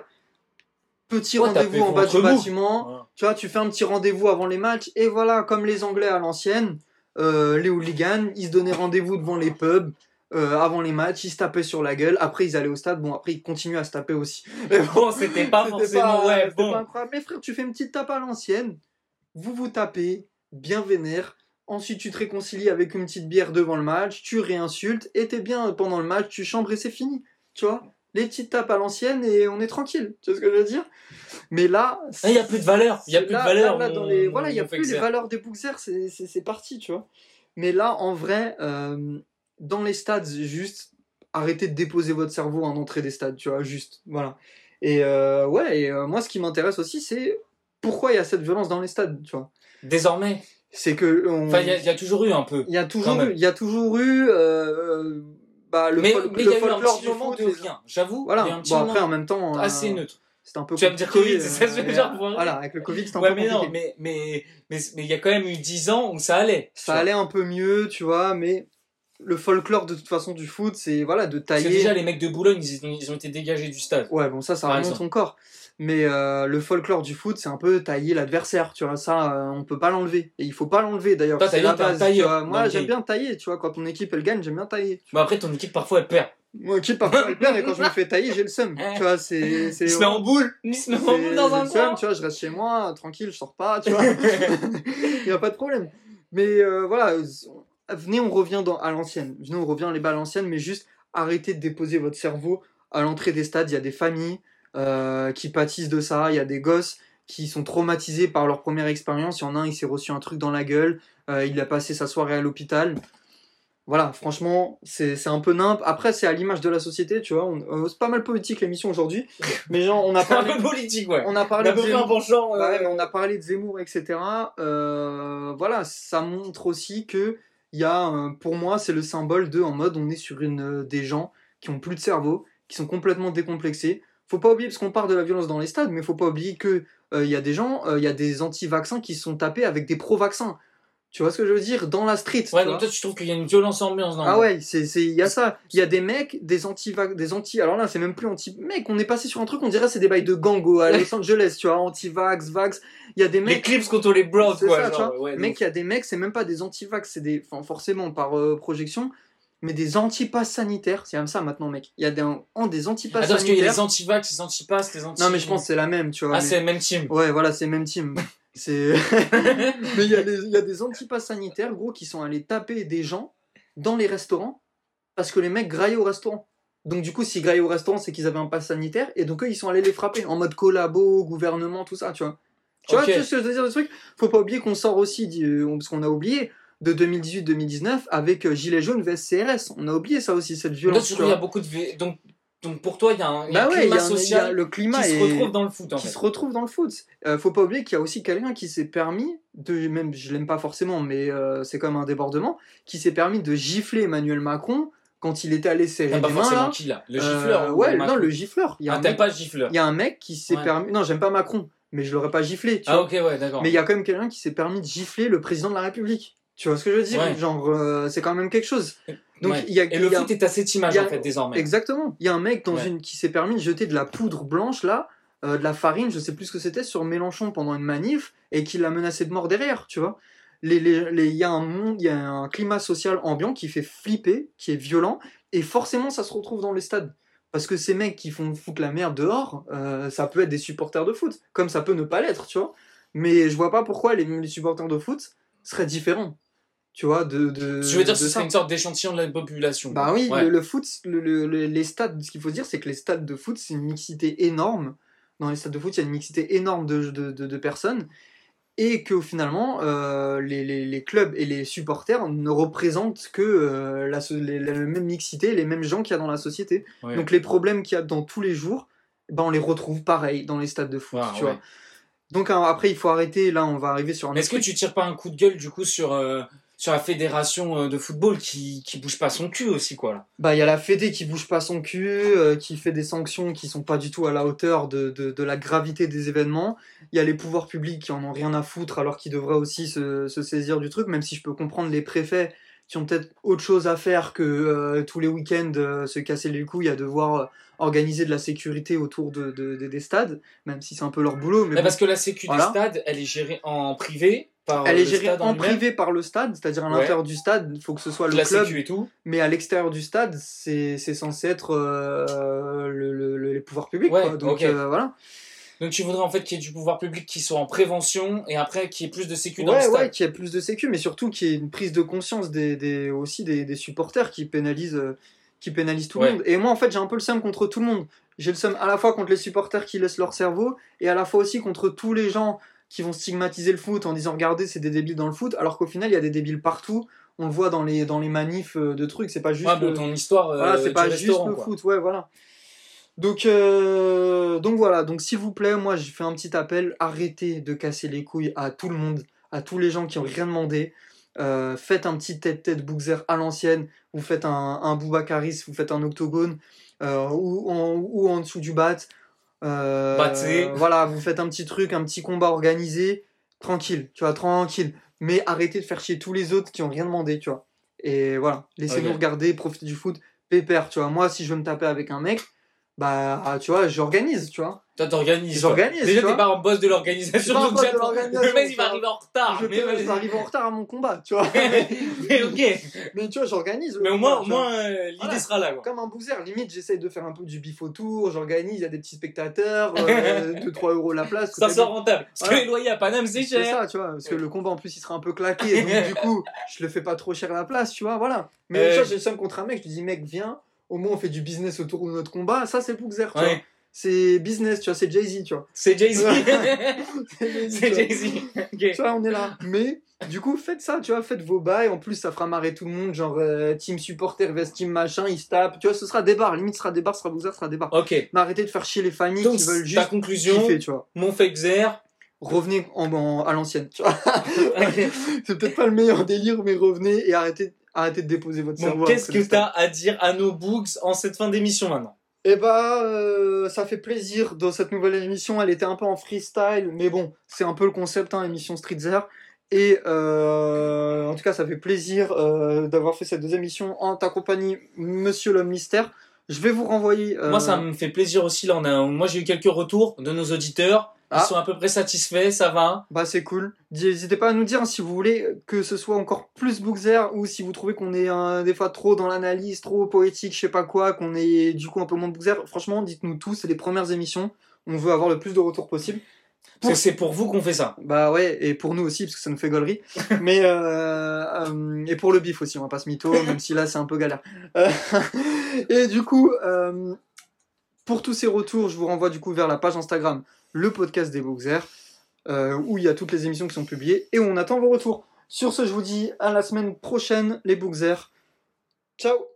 petit Ouais, rendez-vous tapez en bas du contre nous. bâtiment. Voilà. Tu vois, tu fais un petit rendez-vous avant les matchs. Et voilà, comme les Anglais à l'ancienne, euh, les hooligans, ils se donnaient rendez-vous devant les pubs. Euh, avant les matchs, ils se tapaient sur la gueule. Après, ils allaient au stade. Bon, après, ils continuaient à se taper aussi. Mais bon, Bon, c'était pas c'était forcément, pas- ouais, c'était bon. pas incroyable. Mais frère, tu fais une petite tape à l'ancienne. Vous vous tapez, bien vénère, ensuite tu te réconcilies avec une petite bière devant le match, tu réinsultes, et t'es bien pendant le match, tu chambres et c'est fini, tu vois. Les petites tapes à l'ancienne et on est tranquille, tu vois ce que je veux dire. Mais là, il n'y a plus de valeur, il y a plus là, de valeur. Là, là, dans les, voilà, il y a mon plus les valeurs des bookers, c'est, c'est, c'est parti, tu vois. Mais là, en vrai, euh, dans les stades, juste arrêtez de déposer votre cerveau en entrée des stades, tu vois, juste, voilà. Et euh, ouais, et euh, moi, ce qui m'intéresse aussi, c'est pourquoi il y a cette violence dans les stades, tu vois. Désormais. C'est que. On... Enfin, il y, y a toujours eu un peu. Il y a toujours eu, il y a toujours eu. Euh, bah, le mais fol- mais il le y a eu un folklore petit du moment foot, de les- rien. J'avoue. Voilà. Il y a un petit Bon, moment après, en même temps. assez euh, neutre. C'était un peu Tu vas me dire compliqué, Covid, c'est ça ce que je veux euh, dire, pour Voilà, avec le Covid, c'était un ouais, peu mais compliqué. non, mais mais mais mais il y a quand même eu dix ans où ça allait. Ça allait un peu mieux, tu vois, mais le folklore de toute façon du foot, c'est voilà de Parce tailler. que déjà les mecs de Boulogne, ils, ont- ils ont été dégagés du stade. Ouais, bon ça, ça Par remonte exemple. encore. Mais euh, le folklore du foot, c'est un peu tailler l'adversaire, tu vois. Ça, euh, on peut pas l'enlever. Et il faut pas l'enlever d'ailleurs. Toi, C'est t'as la dit, t'es un base. Tu tailleur vois. dans Moi, le j'aime game. bien tailler, tu vois. Quand ton équipe elle gagne, j'aime bien tailler. tu Mais après, ton équipe parfois elle perd. Mon équipe parfois elle perd et quand je me fais tailler, j'ai le seum. Tu vois, c'est. c'est Il se met en boule. Il se met en boule dans j'ai un le seum, coin. tu vois, je reste chez moi, tranquille, je sors pas, tu vois. Il y a pas de problème. Mais euh, voilà, venez, on revient dans, à l'ancienne. Venez, on revient les balles à l'ancienne, mais juste arrêtez de déposer votre cerveau à l'entrée des stades. Il y a des familles euh, qui pâtissent de ça. Il y a des gosses qui sont traumatisés par leur première expérience. Il y en a un, il s'est reçu un truc dans la gueule. Euh, il a passé sa soirée à l'hôpital. Voilà, franchement, c'est, c'est un peu nimp. Après, c'est à l'image de la société, tu vois. On, euh, c'est pas mal politique l'émission aujourd'hui. Mais genre, on a C'est un parlé, peu politique, ouais. on a On parlé a de peu fait un Zemmour. penchant. euh, Bah ouais, mais on a parlé de Zemmour, et cetera. Euh, voilà, ça montre aussi que il y a, euh, pour moi, c'est le symbole de, en mode, on est sur une, euh, des gens qui ont plus de cerveau, qui sont complètement décomplexés. Faut pas oublier, parce qu'on parle de la violence dans les stades, mais faut pas oublier que euh, il y a des gens, euh, il y a des anti-vaccins qui se sont tapés avec des pro-vaccins. Tu vois ce que je veux dire? Dans la street. Ouais, tu donc vois. toi, tu trouves qu'il y a une violence ambiance dans le Ah gars. ouais, c'est c'est il y a ça, il y a des mecs, des anti des anti alors là, c'est même plus anti mec, on est passé sur un truc on dirait c'est des bails de gango à Los Angeles, tu vois, anti-vax, vax, il y a des Les mecs clips contre les bros, c'est quoi. ça, tu genre, vois. ouais, Mec, donc. il y a des mecs, c'est même pas des anti-vax, c'est des enfin forcément par euh, projection, mais des anti-passes sanitaires, c'est comme ça maintenant mec. Il y a des en des anti-passes Attends, parce qu'il y a sanitaires. les anti-vax, les anti-pass, les anti. Non mais je pense que c'est la même, tu vois. Ah, mais- c'est le même team. Ouais, voilà, c'est même team. C'est mais il y a des il y a des anti-passes sanitaires gros qui sont allés taper des gens dans les restaurants parce que les mecs graillaient au restaurant. Donc du coup, s'ils graillaient au restaurant, c'est qu'ils avaient un pass sanitaire et donc eux, ils sont allés les frapper en mode collabo, gouvernement, tout ça, tu vois. Tu Ok. vois, tu vois ce que je veux dire, le truc. Faut pas oublier qu'on sort aussi, du- euh, parce qu'on a oublié, de deux mille dix-huit deux mille dix-neuf avec euh, Gilets jaunes vs C R S. On a oublié ça aussi, cette Donc, violence. tu tu trouves qu'il y a vois. beaucoup de. vi- Donc, donc pour toi, il y a un, il y a Bah un ouais, il y climat a un- il y a social le climat qui se est- retrouve dans le foot, en qui fait. se retrouve dans le foot. Euh, faut pas oublier qu'il y a aussi quelqu'un qui s'est permis de, même je l'aime pas forcément, mais euh, c'est comme un débordement, qui s'est permis de gifler Emmanuel Macron quand il était allé serrer T'aimes pas des mains forcément là. qui, là? Le Euh, gifleur ou ouais, Macron? non, le gifleur. Il y a Ah, un t'aimes mec, pas le gifleur? il y a un mec qui s'est Ouais. permis. Non, j'aime pas Macron, mais je l'aurais pas giflé. Tu Ah, vois. ok, ouais, d'accord. Mais il y a quand même quelqu'un qui s'est permis de gifler le président de la République. Tu vois ce que je veux dire? Ouais. Genre, euh, c'est quand même quelque chose. Donc Ouais. il y a, Et le il y a- foot est à cette image, il y a- en fait, désormais. Exactement. Il y a un mec dans Ouais. une qui s'est permis de jeter de la poudre blanche là, euh, de la farine, je sais plus ce que c'était, sur Mélenchon pendant une manif et qui l'a menacé de mort derrière, tu vois. Les, les, les- il y a un monde, il y a un climat social ambiant qui fait flipper, qui est violent et forcément ça se retrouve dans les stades. Parce que ces mecs qui font foutre la merde dehors, euh, ça peut être des supporters de foot, comme ça peut ne pas l'être, tu vois. Mais je vois pas pourquoi les, les supporters de foot seraient différents, tu vois, de, de Je veux dire, de ce ça. serait une sorte d'échantillon de la population. Bah quoi. oui, Ouais. le, le foot, le, le- le- les stades, ce qu'il faut se dire, c'est que les stades de foot, c'est une mixité énorme. Dans les stades de foot, il y a une mixité énorme de, de, de, de personnes. Et que finalement, euh, les, les, les clubs et les supporters ne représentent que euh, la, so- les- la même mixité, les mêmes gens qu'il y a dans la société. Ouais. Donc les problèmes qu'il y a dans tous les jours, ben, on les retrouve pareil dans les stades de foot. Ah, tu ouais. vois. Donc hein, après, il faut arrêter. Là, on va arriver sur un Mais autre est-ce que tu tires pas un coup de gueule, du coup, sur, euh, sur la fédération euh, de football qui, qui bouge pas son cul aussi, quoi, là? Bah, il y a la Fédé qui bouge pas son cul, euh, qui fait des sanctions qui sont pas du tout à la hauteur de, de, de la gravité des événements. Il y a les pouvoirs publics qui en ont rien à foutre alors qu'ils devraient aussi se, se saisir du truc, même si je peux comprendre les préfets qui ont peut-être autre chose à faire que euh, tous les week-ends euh, se casser les couilles à devoir euh, organiser de la sécurité autour de, de- de- des stades, même si c'est un peu leur boulot. Mais Mais bon. parce que la sécu Voilà. des stades, elle est gérée en privé par Elle euh, est le gérée stade en lui-même. privé par le stade, c'est-à-dire à Ouais. l'intérieur du stade, il faut que ce soit le La club. sécu et tout. Mais à l'extérieur du stade, c'est c'est censé être euh, le, le- le- les pouvoirs publics. Ouais, quoi. Donc ok. euh, voilà. Donc tu voudrais en fait qu'il y ait du pouvoir public qui soit en prévention et après qu'il y ait plus de sécu dans Ouais, le stade. ouais, qu'il y ait plus de sécu, mais surtout qu'il y ait une prise de conscience des, des, aussi des, des supporters qui pénalisent, euh, qui pénalisent tout Ouais. le monde. Et moi, en fait, j'ai un peu le seum contre tout le monde. J'ai le seum à la fois contre les supporters qui laissent leur cerveau et à la fois aussi contre tous les gens qui vont stigmatiser le foot en disant regardez, c'est des débiles dans le foot, alors qu'au final, il y a des débiles partout. On le voit dans les, dans les manifs euh, de trucs, c'est pas juste. Ouais, bon, le- ton histoire. euh, Voilà, c'est du pas juste restaurant, le quoi. foot, ouais, voilà. Donc, euh, donc voilà, donc s'il vous plaît, moi je fais un petit appel, arrêtez de casser les couilles à tout le monde, à tous les gens qui ont rien demandé. Euh, faites un petit tête-tête Bookzer à l'ancienne, vous faites un, un Boubacaris, vous faites un octogone, euh, ou, en, ou en dessous du bat. Euh, Battez. voilà, vous faites un petit truc, un petit combat organisé, tranquille, tu vois, tranquille. Mais arrêtez de faire chier tous les autres qui ont rien demandé, tu vois. Et voilà, laissez-nous Ok. regarder, profiter du foot, pépère, tu vois. Moi, si je veux me taper avec un mec, bah, tu vois, j'organise, tu vois. Toi, t'organises. J'organise, quoi. Déjà, tu t'es vois. pas un boss de Je l'organisation. suis pas un donc boss de j'attends. l'organisation, Le mec, il tu va vois. arriver en retard. je mais peux vas-y. j'arrive en retard à mon combat, tu vois. mais ok. Mais tu vois, j'organise. le Mais au combat, moins, au tu vois. moins euh, l'idée Voilà. sera là. Quoi. Comme un boozer, limite, j'essaye de faire un peu du bif autour, j'organise, il y a des petits spectateurs, euh, deux trois euros la place. Ça tout est sort bien. rentable. Parce Voilà. que les loyers à Paname, c'est C'est cher. ça, tu vois, parce que Ouais. le combat en plus il sera un peu claqué, donc du coup, je le fais pas trop cher la place, tu vois, voilà. Mais Euh. tu vois, j'ai le seum contre un mec, je lui dis, mec, viens, au moins on fait du business autour de notre combat, ça c'est Bookzer, tu vois. Ouais. C'est business, tu vois, c'est Jay-Z, tu vois. C'est Jay-Z. C'est Jay-Z, c'est tu vois. Jay-Z. Ok. Tu vois, on est là. Mais, du coup, faites ça, tu vois, faites vos bails. En plus, ça fera marrer tout le monde. Genre, euh, team supporter vs team machin, ils se tapent. Tu vois, ce sera des bars. Limite, ce sera des bars, ce sera Bookzer, ce sera des bars. Ok. Mais arrêtez de faire chier les familles Donc, qui veulent ta juste conclusion, kiffer, tu vois. mon fake zer. Revenez en, en- à l'ancienne, tu vois. C'est peut-être pas le meilleur délire, mais revenez et arrêtez, arrêtez de déposer votre cerveau. Bon, qu'est-ce après que le stade. t'as à dire à nos books en cette fin d'émission maintenant? Eh bah, euh, ça fait plaisir dans cette nouvelle émission. Elle était un peu en freestyle, mais bon, c'est un peu le concept, hein, émission Streetzer. Et euh, en tout cas, ça fait plaisir euh, d'avoir fait cette deuxième émission en ta compagnie, Monsieur l'Homme Mystère. Je vais vous renvoyer. euh, Moi, ça me fait plaisir aussi. Là, on a, moi, j'ai eu quelques retours de nos auditeurs. Ils Ah. sont à peu près satisfaits, ça va. Bah c'est cool. N'hésitez pas à nous dire si vous voulez que ce soit encore plus Bookzer ou si vous trouvez qu'on est euh, des fois trop dans l'analyse, trop poétique, je sais pas quoi, qu'on est du coup un peu moins Bookzer. Franchement, dites-nous tout, c'est les premières émissions. On veut avoir le plus de retours possible. Parce que c'est pour vous qu'on fait ça. Bah ouais, et pour nous aussi, parce que ça nous fait gaulerie. Mais euh, euh, et pour le bif aussi, on va pas se mytho, même si là c'est un peu galère. Euh, et du coup, euh, pour tous ces retours, je vous renvoie du coup vers la page Instagram, le podcast des Bookzer, euh, où il y a toutes les émissions qui sont publiées, et on attend vos retours. Sur ce, je vous dis à la semaine prochaine, les Bookzer. Ciao!